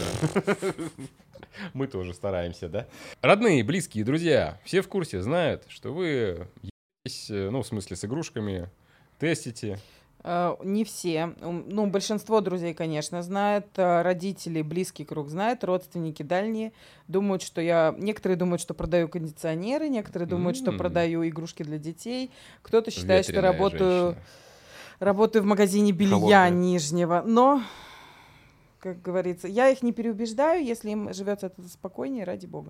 Мы тоже стараемся, да? Родные, близкие, друзья, все в курсе, знают, что вы есть, ну, в смысле, с игрушками, тестите.
Э, Не все. Ум, Ну, большинство друзей, конечно, знают. э, Родители, близкий круг знает. Родственники дальние думают, что я... Некоторые думают, что продаю кондиционеры, некоторые думают, что
М.
продаю игрушки для детей. Кто-то считает, что
Ветреная
работаю...
женщина.
Работаю в магазине белья
Холодная.
нижнего, но, как говорится, я их не переубеждаю, если им живется это спокойнее, ради бога.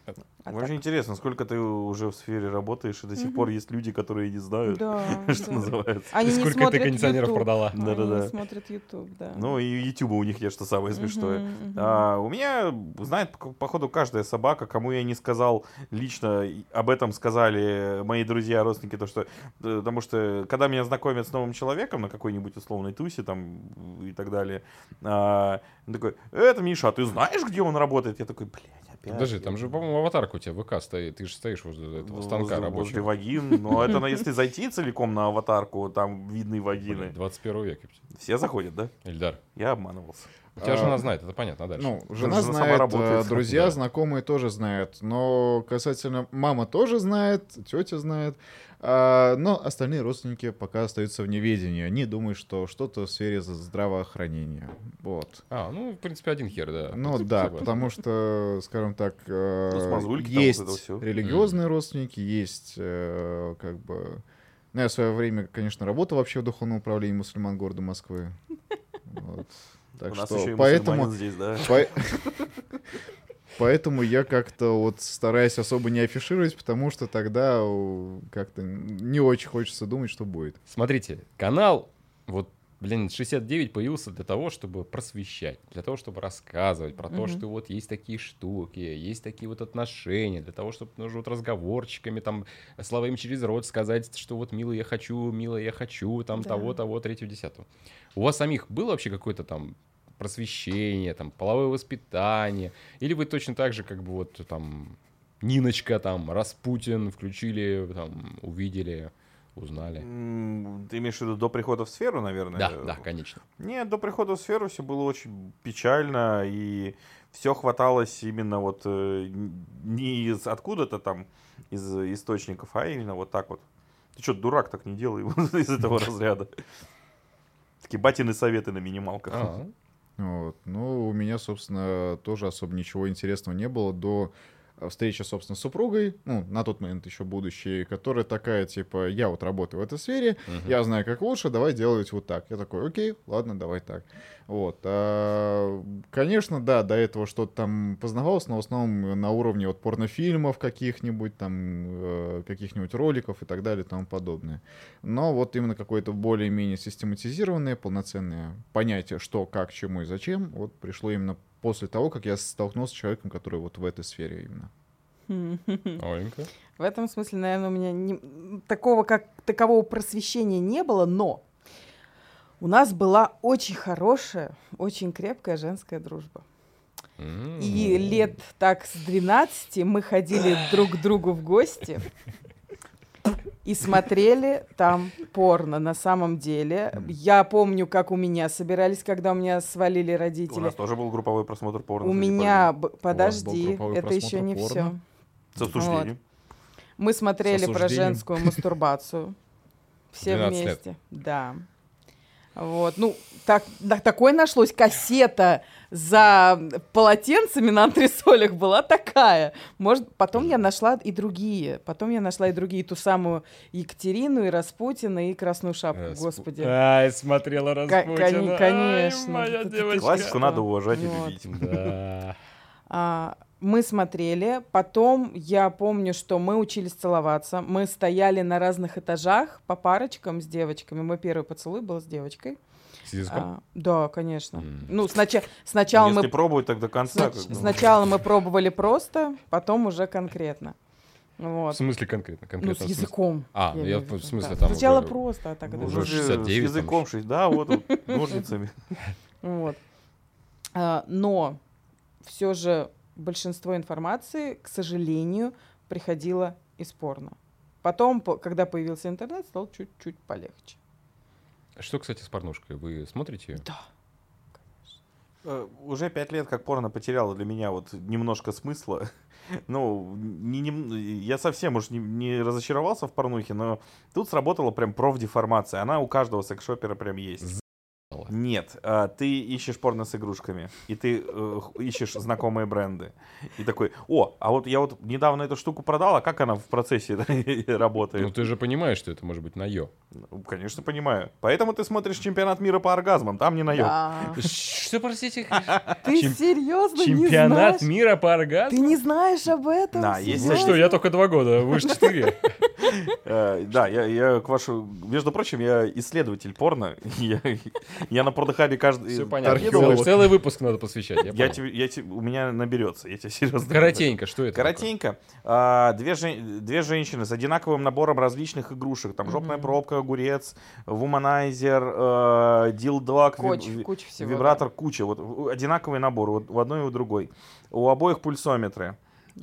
А
Очень
так.
интересно, сколько ты уже в сфере работаешь, и до сих
Мгм.
пор есть люди, которые не знают,
Да,
что
да.
называется.
Они не
Сколько ты
смотрят
кондиционеров
YouTube.
продала?
Они
Да-да-да.
не смотрят YouTube, да.
Ну и YouTube у них есть, что самое смешное.
Мгм, мгм.
А, у меня, знает, по- походу, каждая собака, кому я не сказал лично, и об этом сказали мои друзья, родственники, то что, э, потому что, когда меня знакомят с новым человеком на какой-нибудь условной тусе там и так далее, а, он такой: это, Миша, а ты знаешь, где он работает? Я такой: блядь, опять.
Подожди, там же, по-моему, аватарка у тебя в ВК стоит. Ты же стоишь возле этого станка
возле, возле
рабочего.
вагин. Но это на- если зайти целиком на аватарку, там видны
Блин,
вагины.
двадцать первый век.
Все заходят, да?
Ильдар,
Я обманывался.
у тебя
А,
жена знает, это понятно, а дальше?
Ну,
Жена
жена
сама
знает,
работает.
э, друзья,
Да.
знакомые тоже знают. Но касательно мама тоже знает, тетя знает. а, Но остальные родственники пока остаются в неведении. Они думают, что что-то в сфере з- здравоохранения. Вот.
А, ну, в принципе, один хер, да.
Ну
Спасибо.
да, потому что, скажем так, э,
Ну, с мозгульки там
есть
вот это всё.
религиозные родственники, есть э, как бы... Ну, я в свое время, конечно, работал вообще в духовном управлении мусульман города Москвы. Вот. Так
У нас
что
еще и
поэтому...
мусульманин здесь, да?
По- Поэтому я как-то вот стараюсь особо не афишировать, потому что тогда о, как-то не очень хочется думать, что будет.
Смотрите, канал, вот, блин, шестьдесят девять появился для того, чтобы просвещать, для того, чтобы рассказывать про то,
Мгм.
что вот есть такие штуки, есть такие вот отношения, для того, чтобы нужно вот разговорчиками, там, словами через рот сказать, что вот, милый, я хочу, милая, я хочу, там,
Да.
того, того, третьего, десятого. У вас самих было вообще какое-то там просвещение, там, половое воспитание? Или вы точно так же, как бы вот там Ниночка, там, Распутин включили, там, увидели, узнали?
М, Ты имеешь в виду до прихода в сферу, наверное?
Да, да, конечно.
Нет, до прихода в сферу все было очень печально, и все хваталось именно вот э, н- не из откуда-то там, из источников, а именно вот так вот. Ты что, дурак, так не делай из этого разряда. Такие батины советы на минималках.
А,
Вот. Ну, у меня, собственно, тоже особо ничего интересного не было до э, встречи, собственно, с супругой, ну, на тот момент еще будущей, которая такая, типа, я вот работаю в этой сфере,
мгм.
я знаю, как лучше, давай делать вот так. Я такой: окей, ладно, давай так. Вот. А, конечно, да, до этого что-то там познавалось, но в основном на уровне вот порнофильмов каких-нибудь, там, э, каких-нибудь роликов и так далее и тому подобное. Но вот именно какое-то более-менее систематизированное, полноценное понятие, что, как, чему и зачем, вот пришло именно после того, как я столкнулся с человеком, который вот в этой сфере именно.
Оленька.
В этом смысле, наверное, у меня не- такого как такового просвещения не было, но у нас была очень хорошая, очень крепкая женская дружба.
М.
И лет так с двенадцати мы ходили друг к другу в гости и смотрели там порно на самом деле. Я помню, как у меня собирались, когда у меня свалили
У
родители.
нас тоже был групповой просмотр порно.
У
среди
меня...
парней.
б-
был
Подожди,
групповой
это еще
просмотр
не
порно?
все.
С осуждением.
Мы смотрели
С
про
осуждением.
женскую мастурбацию. Все
двенадцать лет.
вместе. Да. Вот. Ну, так, да, такой нашлось. Кассета за полотенцами на антресолях была такая. Может, потом я нашла и другие. Потом я нашла и другие. Ту самую Екатерину, и Распутина, и Красную Шапку.
Расп-
Господи.
Ай, смотрела
Ка-
Распутина.
кон-
Ай,
конечно.
моя
Это ты
девочка.
Классику
что?
надо уважать и
Вот.
любить.
Да.
А, мы смотрели, потом я помню, что мы учились целоваться, мы стояли на разных этажах по парочкам с девочками. Мой первый поцелуй был с девочкой.
С языком?
А, да, конечно.
М.
Ну, сначала, сначала
Если
мы
пробовать, так до конца.
снач-
как бы.
сначала мы пробовали просто, потом уже конкретно. Вот.
В смысле конкретно?
Ну,
конкретно
с
в смысле?
языком.
А,
я
ну я
имею в
в
виду,
смысле
да.
там
Сначала
уже-
просто, а так это
уже
уже-
шестьдесят девять
С
там
языком
еще.
шесть, да, вот, вот ножницами.
Вот. А, Но все же большинство информации, к сожалению, приходило из порно. Потом, по- когда появился интернет, стало чуть-чуть полегче.
Что, кстати, с порнушкой? Вы смотрите ее?
Да.
Э, Уже пять лет как порно потеряло для меня вот немножко смысла. Ну, не, не- я совсем уж не, не разочаровался в порнухе, но тут сработала прям профдеформация. Она у каждого секс-шопера прям есть. Нет, а, ты ищешь порно с игрушками, и ты э, х- ищешь знакомые бренды. И такой, о, а вот я вот недавно эту штуку продал, а как она в процессе
Ну,
работает?
ты же понимаешь, что это может быть на ё.
Ну, конечно, понимаю. Поэтому ты смотришь чемпионат мира по оргазмам, там не наеб.
Да.
Что, простите?
Ты
Чем-
серьезно не
Чемпионат
знаешь?
мира по
Ты
оргазму?
не знаешь об этом?
Да, есть-
Вы
Серьезно?
что, я только два года, вы же четыре.
Э, Да, я, я к вашу... Между прочим, я исследователь порно. Я, я на порнохабе каждый...
Все понятно.
археолог.
Целый, целый выпуск надо посвящать. Я
Я
понял.
тебе, я тебе- у меня наберется, я тебе серьезно говорю.
Коротенько, что это?
Коротенько. А, две, жен- две женщины с одинаковым набором различных игрушек. Там жопная
Мгм.
пробка, огурец, вуманайзер, э, дилдак,
Коч,
ви-
куча всего.
вибратор, куча. Вот у- одинаковый набор вот у одной и у другой. У обоих пульсометры.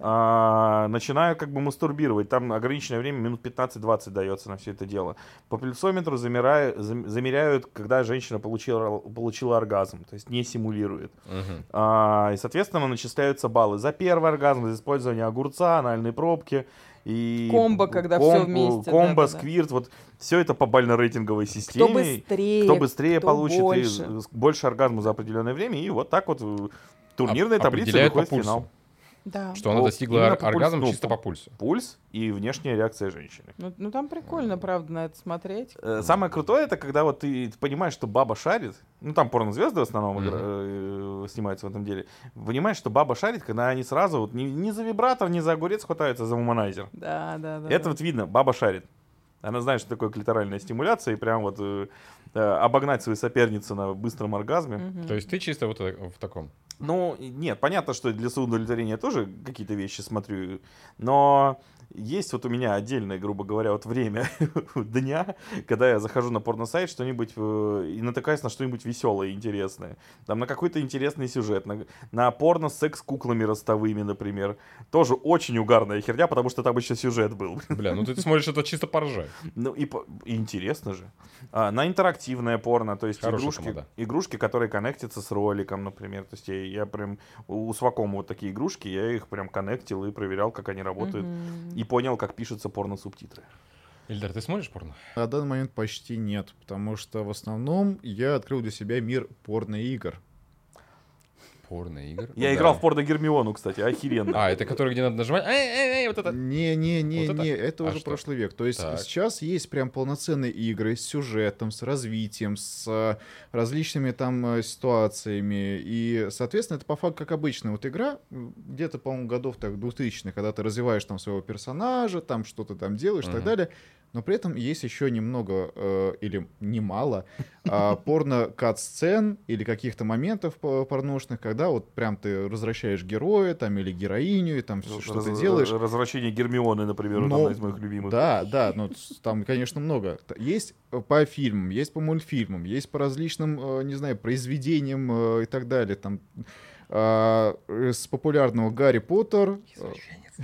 А, начинаю как бы мастурбировать. Там ограниченное время, минут пятнадцать-двадцать дается на все это дело. По пульсометру замеряю- зам- замеряют, когда женщина получила, получила оргазм. То есть не симулирует.
Мгм.
А, и, соответственно, начисляются баллы за первый оргазм, за использование огурца, анальной пробки. И
Комбо, когда всё вместе,
Комбо,
да-да-да.
сквирт, вот все это по бально-рейтинговой
Кто
системе.
быстрее,
Кто быстрее
кто
получит и
больше.
с- больше оргазма за определенное время. И вот так вот в турнирной
Оп-
таблице
определяет
выходит
по
в
пульсу.
финал.
Да.
Что она
Ну,
достигла
именно
ор-
по пульсу,
оргазма
ну,
чисто
по-
по пульсу.
Пульс и внешняя реакция женщины.
Ну, ну там прикольно, правда, на это смотреть.
Э, Самое крутое, это когда вот ты понимаешь, что баба шарит, ну там порнозвезды в основном
Мгм.
игра- э, снимаются в этом деле, понимаешь, что баба шарит, когда они сразу вот ни, ни за вибратор, ни за огурец хватаются за вуманайзер.
Да, да, да.
Это
да.
вот видно, баба шарит. Она знает, что такое клиторальная стимуляция, и прям вот э, э, обогнать свою соперницу на быстром оргазме.
Мгм.
То есть ты чисто вот э, в таком.
Ну, и- нет, понятно, что для удовлетворения тоже какие-то вещи смотрю, но есть вот у меня отдельное, грубо говоря, вот время дня, когда я захожу на порносайт, что-нибудь э, и натыкаюсь на что-нибудь веселое и интересное. Там на какой-то интересный сюжет, на, на порно с секс-куклами ростовыми, например. Тоже очень угарная херня, потому что там еще сюжет был.
Бля, ну ты смотришь это чисто поржать.
Ну и, по- и интересно же. А, на интерактивное порно, то есть
Хорошая
игрушки,
тамада.
игрушки, которые коннектятся с роликом, например. То есть я, я прям у Свакома вот такие игрушки, я их прям коннектил и проверял, как они работают.
Мгм.
И понял, как пишутся порно-субтитры.
Ильдар, ты смотришь порно?
На данный момент почти нет, потому что в основном я открыл для себя мир порно-игр.
Порно-игр?
Я
Да.
играл в порно-Гермиону, кстати, охеренно.
А, это который, где надо нажимать? Эй, эй, эй, вот это.
Не-не-не-не,
Вот это?
это,
А
уже
что?
прошлый век. То есть
Так.
сейчас есть прям полноценные игры с сюжетом, с развитием, с э, различными там э, ситуациями. И, соответственно, это по факту как обычная вот игра, м, где-то, по-моему, годов так двухтысячных, когда ты развиваешь там своего персонажа, там что-то там делаешь и так
Мгм.
далее. Но при этом есть еще немного, э, или немало, а, порно-кат-сцен или каких-то моментов по- порношных, когда вот прям ты возвращаешь героя там или героиню, и там всё, что ты
Раз-
делаешь.
Развращение Гермионы, например, вот
Но-
одна из моих любимых.
Да, да, ну с- там, конечно, много. Т- Есть э, по фильмам, есть по мультфильмам, есть по различным, э, не знаю, произведениям э, и так далее. Там а, э, с популярного Гарри Поттер. э,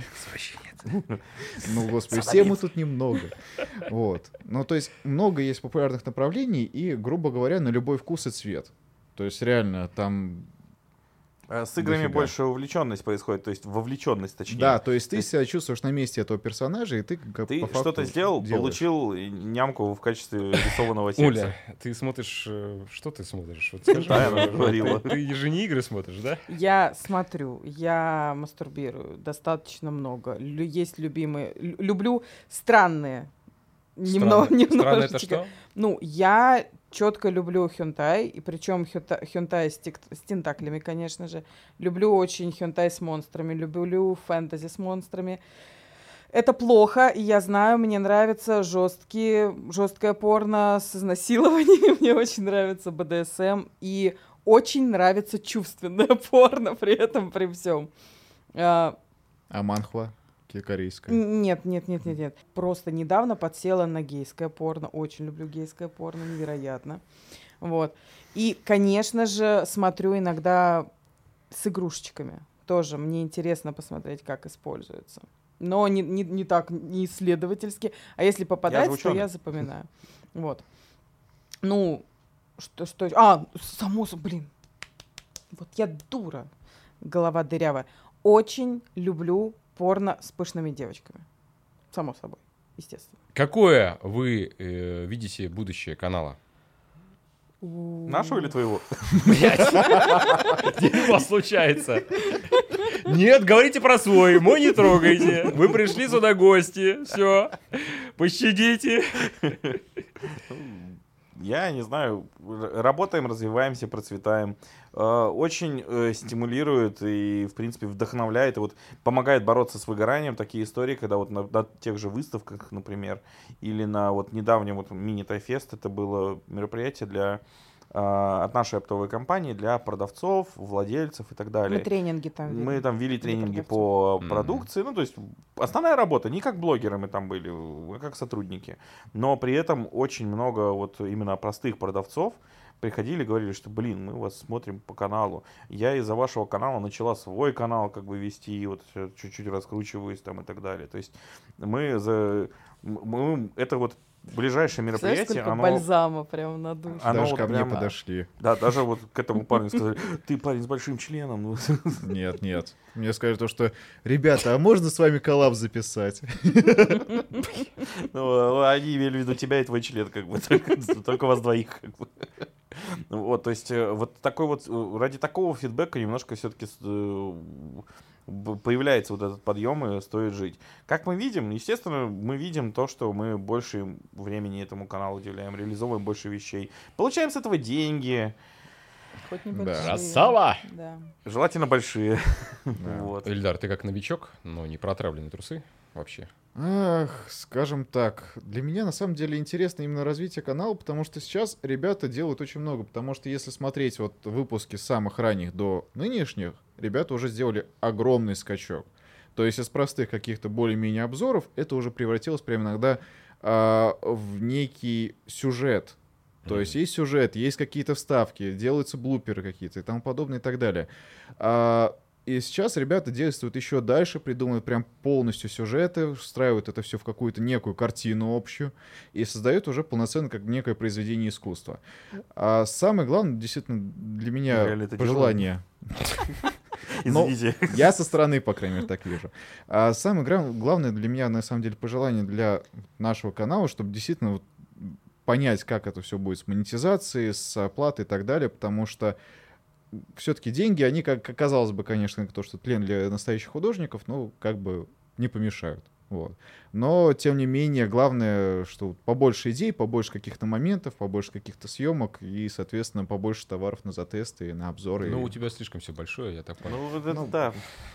Ну, господи, все мы тут немного. Вот. Ну, то есть много есть популярных направлений и, грубо говоря, на любой вкус и цвет. То есть реально там...
А С играми
Дофига.
больше увлеченность происходит, то есть вовлеченность, точнее.
Да, то есть
То
ты
есть-
себя чувствуешь на месте этого персонажа, и ты как
Ты
по факту
что-то сделал,
делаешь.
получил нямку в качестве рисованного секса.
Оля, ты смотришь... э, Что ты смотришь? Вот скажи,
Да, она
э,
говорила.
Ты ты же не игры смотришь, да?
Я смотрю, я мастурбирую достаточно много. Лю- Есть любимые, лю- люблю странные. Немного,
Странно. Странно это
немножечко.
что?
Ну, я четко люблю хентай, и причем хентай, хентай с, тик- с тентаклями, конечно же. Люблю очень хентай с монстрами, люблю фэнтези с монстрами. Это плохо, и я знаю, мне нравится жесткие, жесткое порно с изнасилованием, мне очень нравится бэ дэ эс эм, и очень нравится чувственное порно при этом, при всем. А,
А манхва? корейское.
Нет, нет, нет, нет, нет. Просто недавно подсела на гейское порно. Очень люблю гейское порно, невероятно. Вот. И, конечно же, смотрю иногда с игрушечками. Тоже мне интересно посмотреть, как используется. Но не, не, не так, не исследовательски. А если попадается, то я запоминаю. Вот. Ну, что, что... А, само собой, блин. Вот я дура. Голова дырявая. Очень люблю порно с пышными девочками. Само собой, естественно.
Какое вы э, видите будущее канала?
Нашего или твоего?
Блять, дерьмо случается. Нет, говорите про свой, мой не трогайте. Вы пришли сюда гости, все, пощадите.
Я не знаю, работаем, развиваемся, процветаем. Очень стимулирует и, в принципе, вдохновляет и вот помогает бороться с выгоранием такие истории, когда вот на, на тех же выставках, например, или на вот недавнем вот мини-тайфест, это было мероприятие для от нашей оптовой компании для продавцов, владельцев и так далее.
Мы тренинги там вели.
Мы там вели тренинги по mm-hmm. продукции. Ну, то есть основная работа. Не как блогеры мы там были, мы как сотрудники. Но при этом очень много вот именно простых продавцов приходили и говорили, что, блин, мы вас смотрим по каналу. Я из-за вашего канала начала свой канал как бы вести, вот чуть-чуть раскручиваюсь там и так далее. То есть мы за... Мы... Это вот ближайшее мероприятие,
знаешь, сколько
оно...
бальзама прямо на душу.
Даже
вот
ко мне
прямо...
подошли.
Да, даже вот к этому парню сказали, ты парень с большим членом.
Нет, нет. Мне сказали то, что, ребята, а можно с вами коллаб записать?
Ну, они имели в виду тебя и твой член, как бы, только вас двоих, как бы. Вот, то есть, вот такой вот, ради такого фидбэка немножко все-таки появляется вот этот подъем, и стоит жить. Как мы видим? Естественно, мы видим то, что мы больше времени этому каналу уделяем, реализовываем больше вещей. Получаем с этого деньги.
Хоть небольшие.
Красава!
Да.
Желательно большие.
Да.
Вот.
Эльдар, ты как новичок, но не протравленные трусы вообще.
Ах, скажем так, для меня на самом деле интересно именно развитие канала, потому что сейчас ребята делают очень много, потому что если смотреть вот выпуски самых ранних до нынешних, ребята уже сделали огромный скачок. То есть из простых каких-то более-менее обзоров это уже превратилось прямо иногда а, в некий сюжет. То mm-hmm. есть есть сюжет, есть какие-то вставки, делаются блуперы какие-то и тому подобное и так далее. А, И сейчас ребята действуют еще дальше, придумывают прям полностью сюжеты, встраивают это все в какую-то некую картину общую и создают уже полноценно как некое произведение искусства. А самое главное, действительно, для меня пожелание...
Извините.
Я со стороны, по крайней мере, так вижу. А самое главное для меня, на самом деле, пожелание для нашего канала, чтобы действительно понять, как это все будет с монетизацией, с оплатой и так далее, потому что все-таки деньги, они, как казалось бы, конечно, то, что тлен для настоящих художников, ну, как бы не помешают. Вот. Но, тем не менее, главное, что побольше идей, побольше каких-то моментов, побольше каких-то съемок и, соответственно, побольше товаров на затесты, на обзоры.
Ну, у тебя слишком все большое, я так понял.
Ну, вот это
Ну,
да.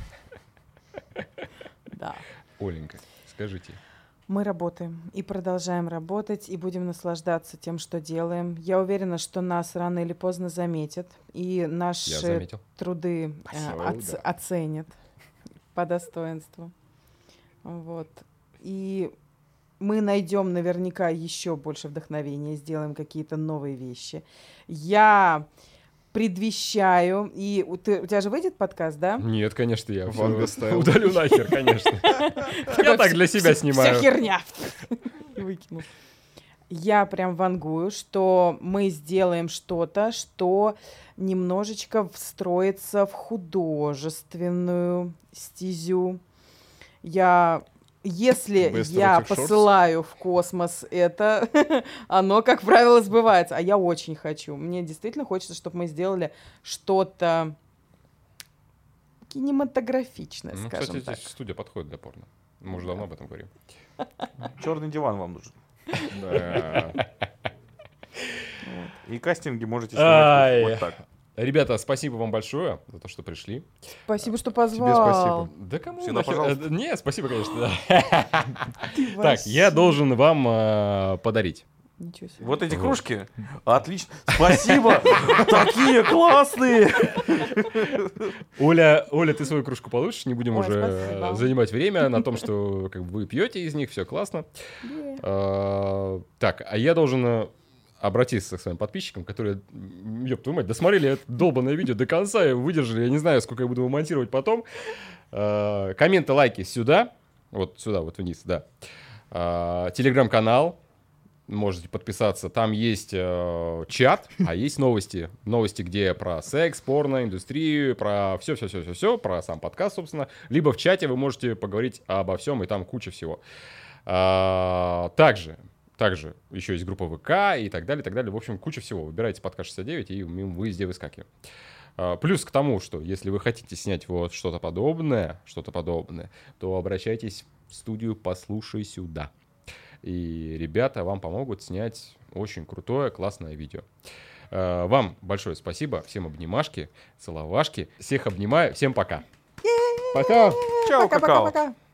Да.
Оленька, скажите.
Мы работаем и продолжаем работать, и будем наслаждаться тем, что делаем. Я уверена, что нас рано или поздно заметят, и наши труды э, оц-
да.
оценят по достоинству. Вот. И мы найдем наверняка еще больше вдохновения, сделаем какие-то новые вещи. Я предвещаю, и у, ты, у тебя же выйдет подкаст, да?
Нет, конечно, я
Ванга стайл.
удалю нахер, конечно. Я так для себя снимаю.
Вся херня. Выкину. Я прям вангую, что мы сделаем что-то, что немножечко встроится в художественную стезю. Я... Если
Best
я
Erotic Shorts?
посылаю в космос это, оно, как правило, сбывается. А я очень хочу. Мне действительно хочется, чтобы мы сделали что-то кинематографичное,
Ну,
скажем
кстати,
так.
здесь студия подходит для порно. Мы уже давно об этом говорим.
Черный диван вам нужен.
Да.
И кастинги можете
Ай.
снимать вот так.
Ребята, спасибо вам большое за то, что пришли.
Спасибо, что позвал.
Тебе спасибо.
Да кому
Всегда
нахер?
пожалуйста.
Э, Не, спасибо, конечно. Да.
Ты
Так,
вообще.
я должен вам э, подарить
Ничего себе.
Вот эти кружки. Отлично. Спасибо. Такие классные.
Оля, Оля, ты свою кружку получишь, не будем
Ой,
уже
спасибо.
занимать время на том, что как бы, вы пьете из них, все классно.
Yeah.
А, так, а я должен э, обратиться к своим подписчикам, которые, м, ёб твою мать, досмотрели это долбанное видео до конца и выдержали, я не знаю, сколько я буду его монтировать потом. А, комменты, лайки сюда, вот сюда, вот вниз, да. А, телеграм-канал. Можете подписаться. Там есть э, чат, а есть новости. Новости, где про секс, порно, индустрию, про все-все-все-все-все, про сам подкаст, собственно. Либо в чате вы можете поговорить обо всем, и там куча всего. А, также, также еще есть группа ВК и так далее, и так далее. В общем, куча всего. Выбирайте подкаст шестьдесят девять, и мы везде выскакиваем. А, плюс к тому, что если вы хотите снять вот что-то подобное, что-то подобное, то обращайтесь в студию «Послушай сюда». И ребята вам помогут снять очень крутое, классное видео. Э, Вам большое спасибо. Всем обнимашки, целовашки. Всех обнимаю. Всем пока.
Пока!
Чао, какао.
Пока-пока-пока.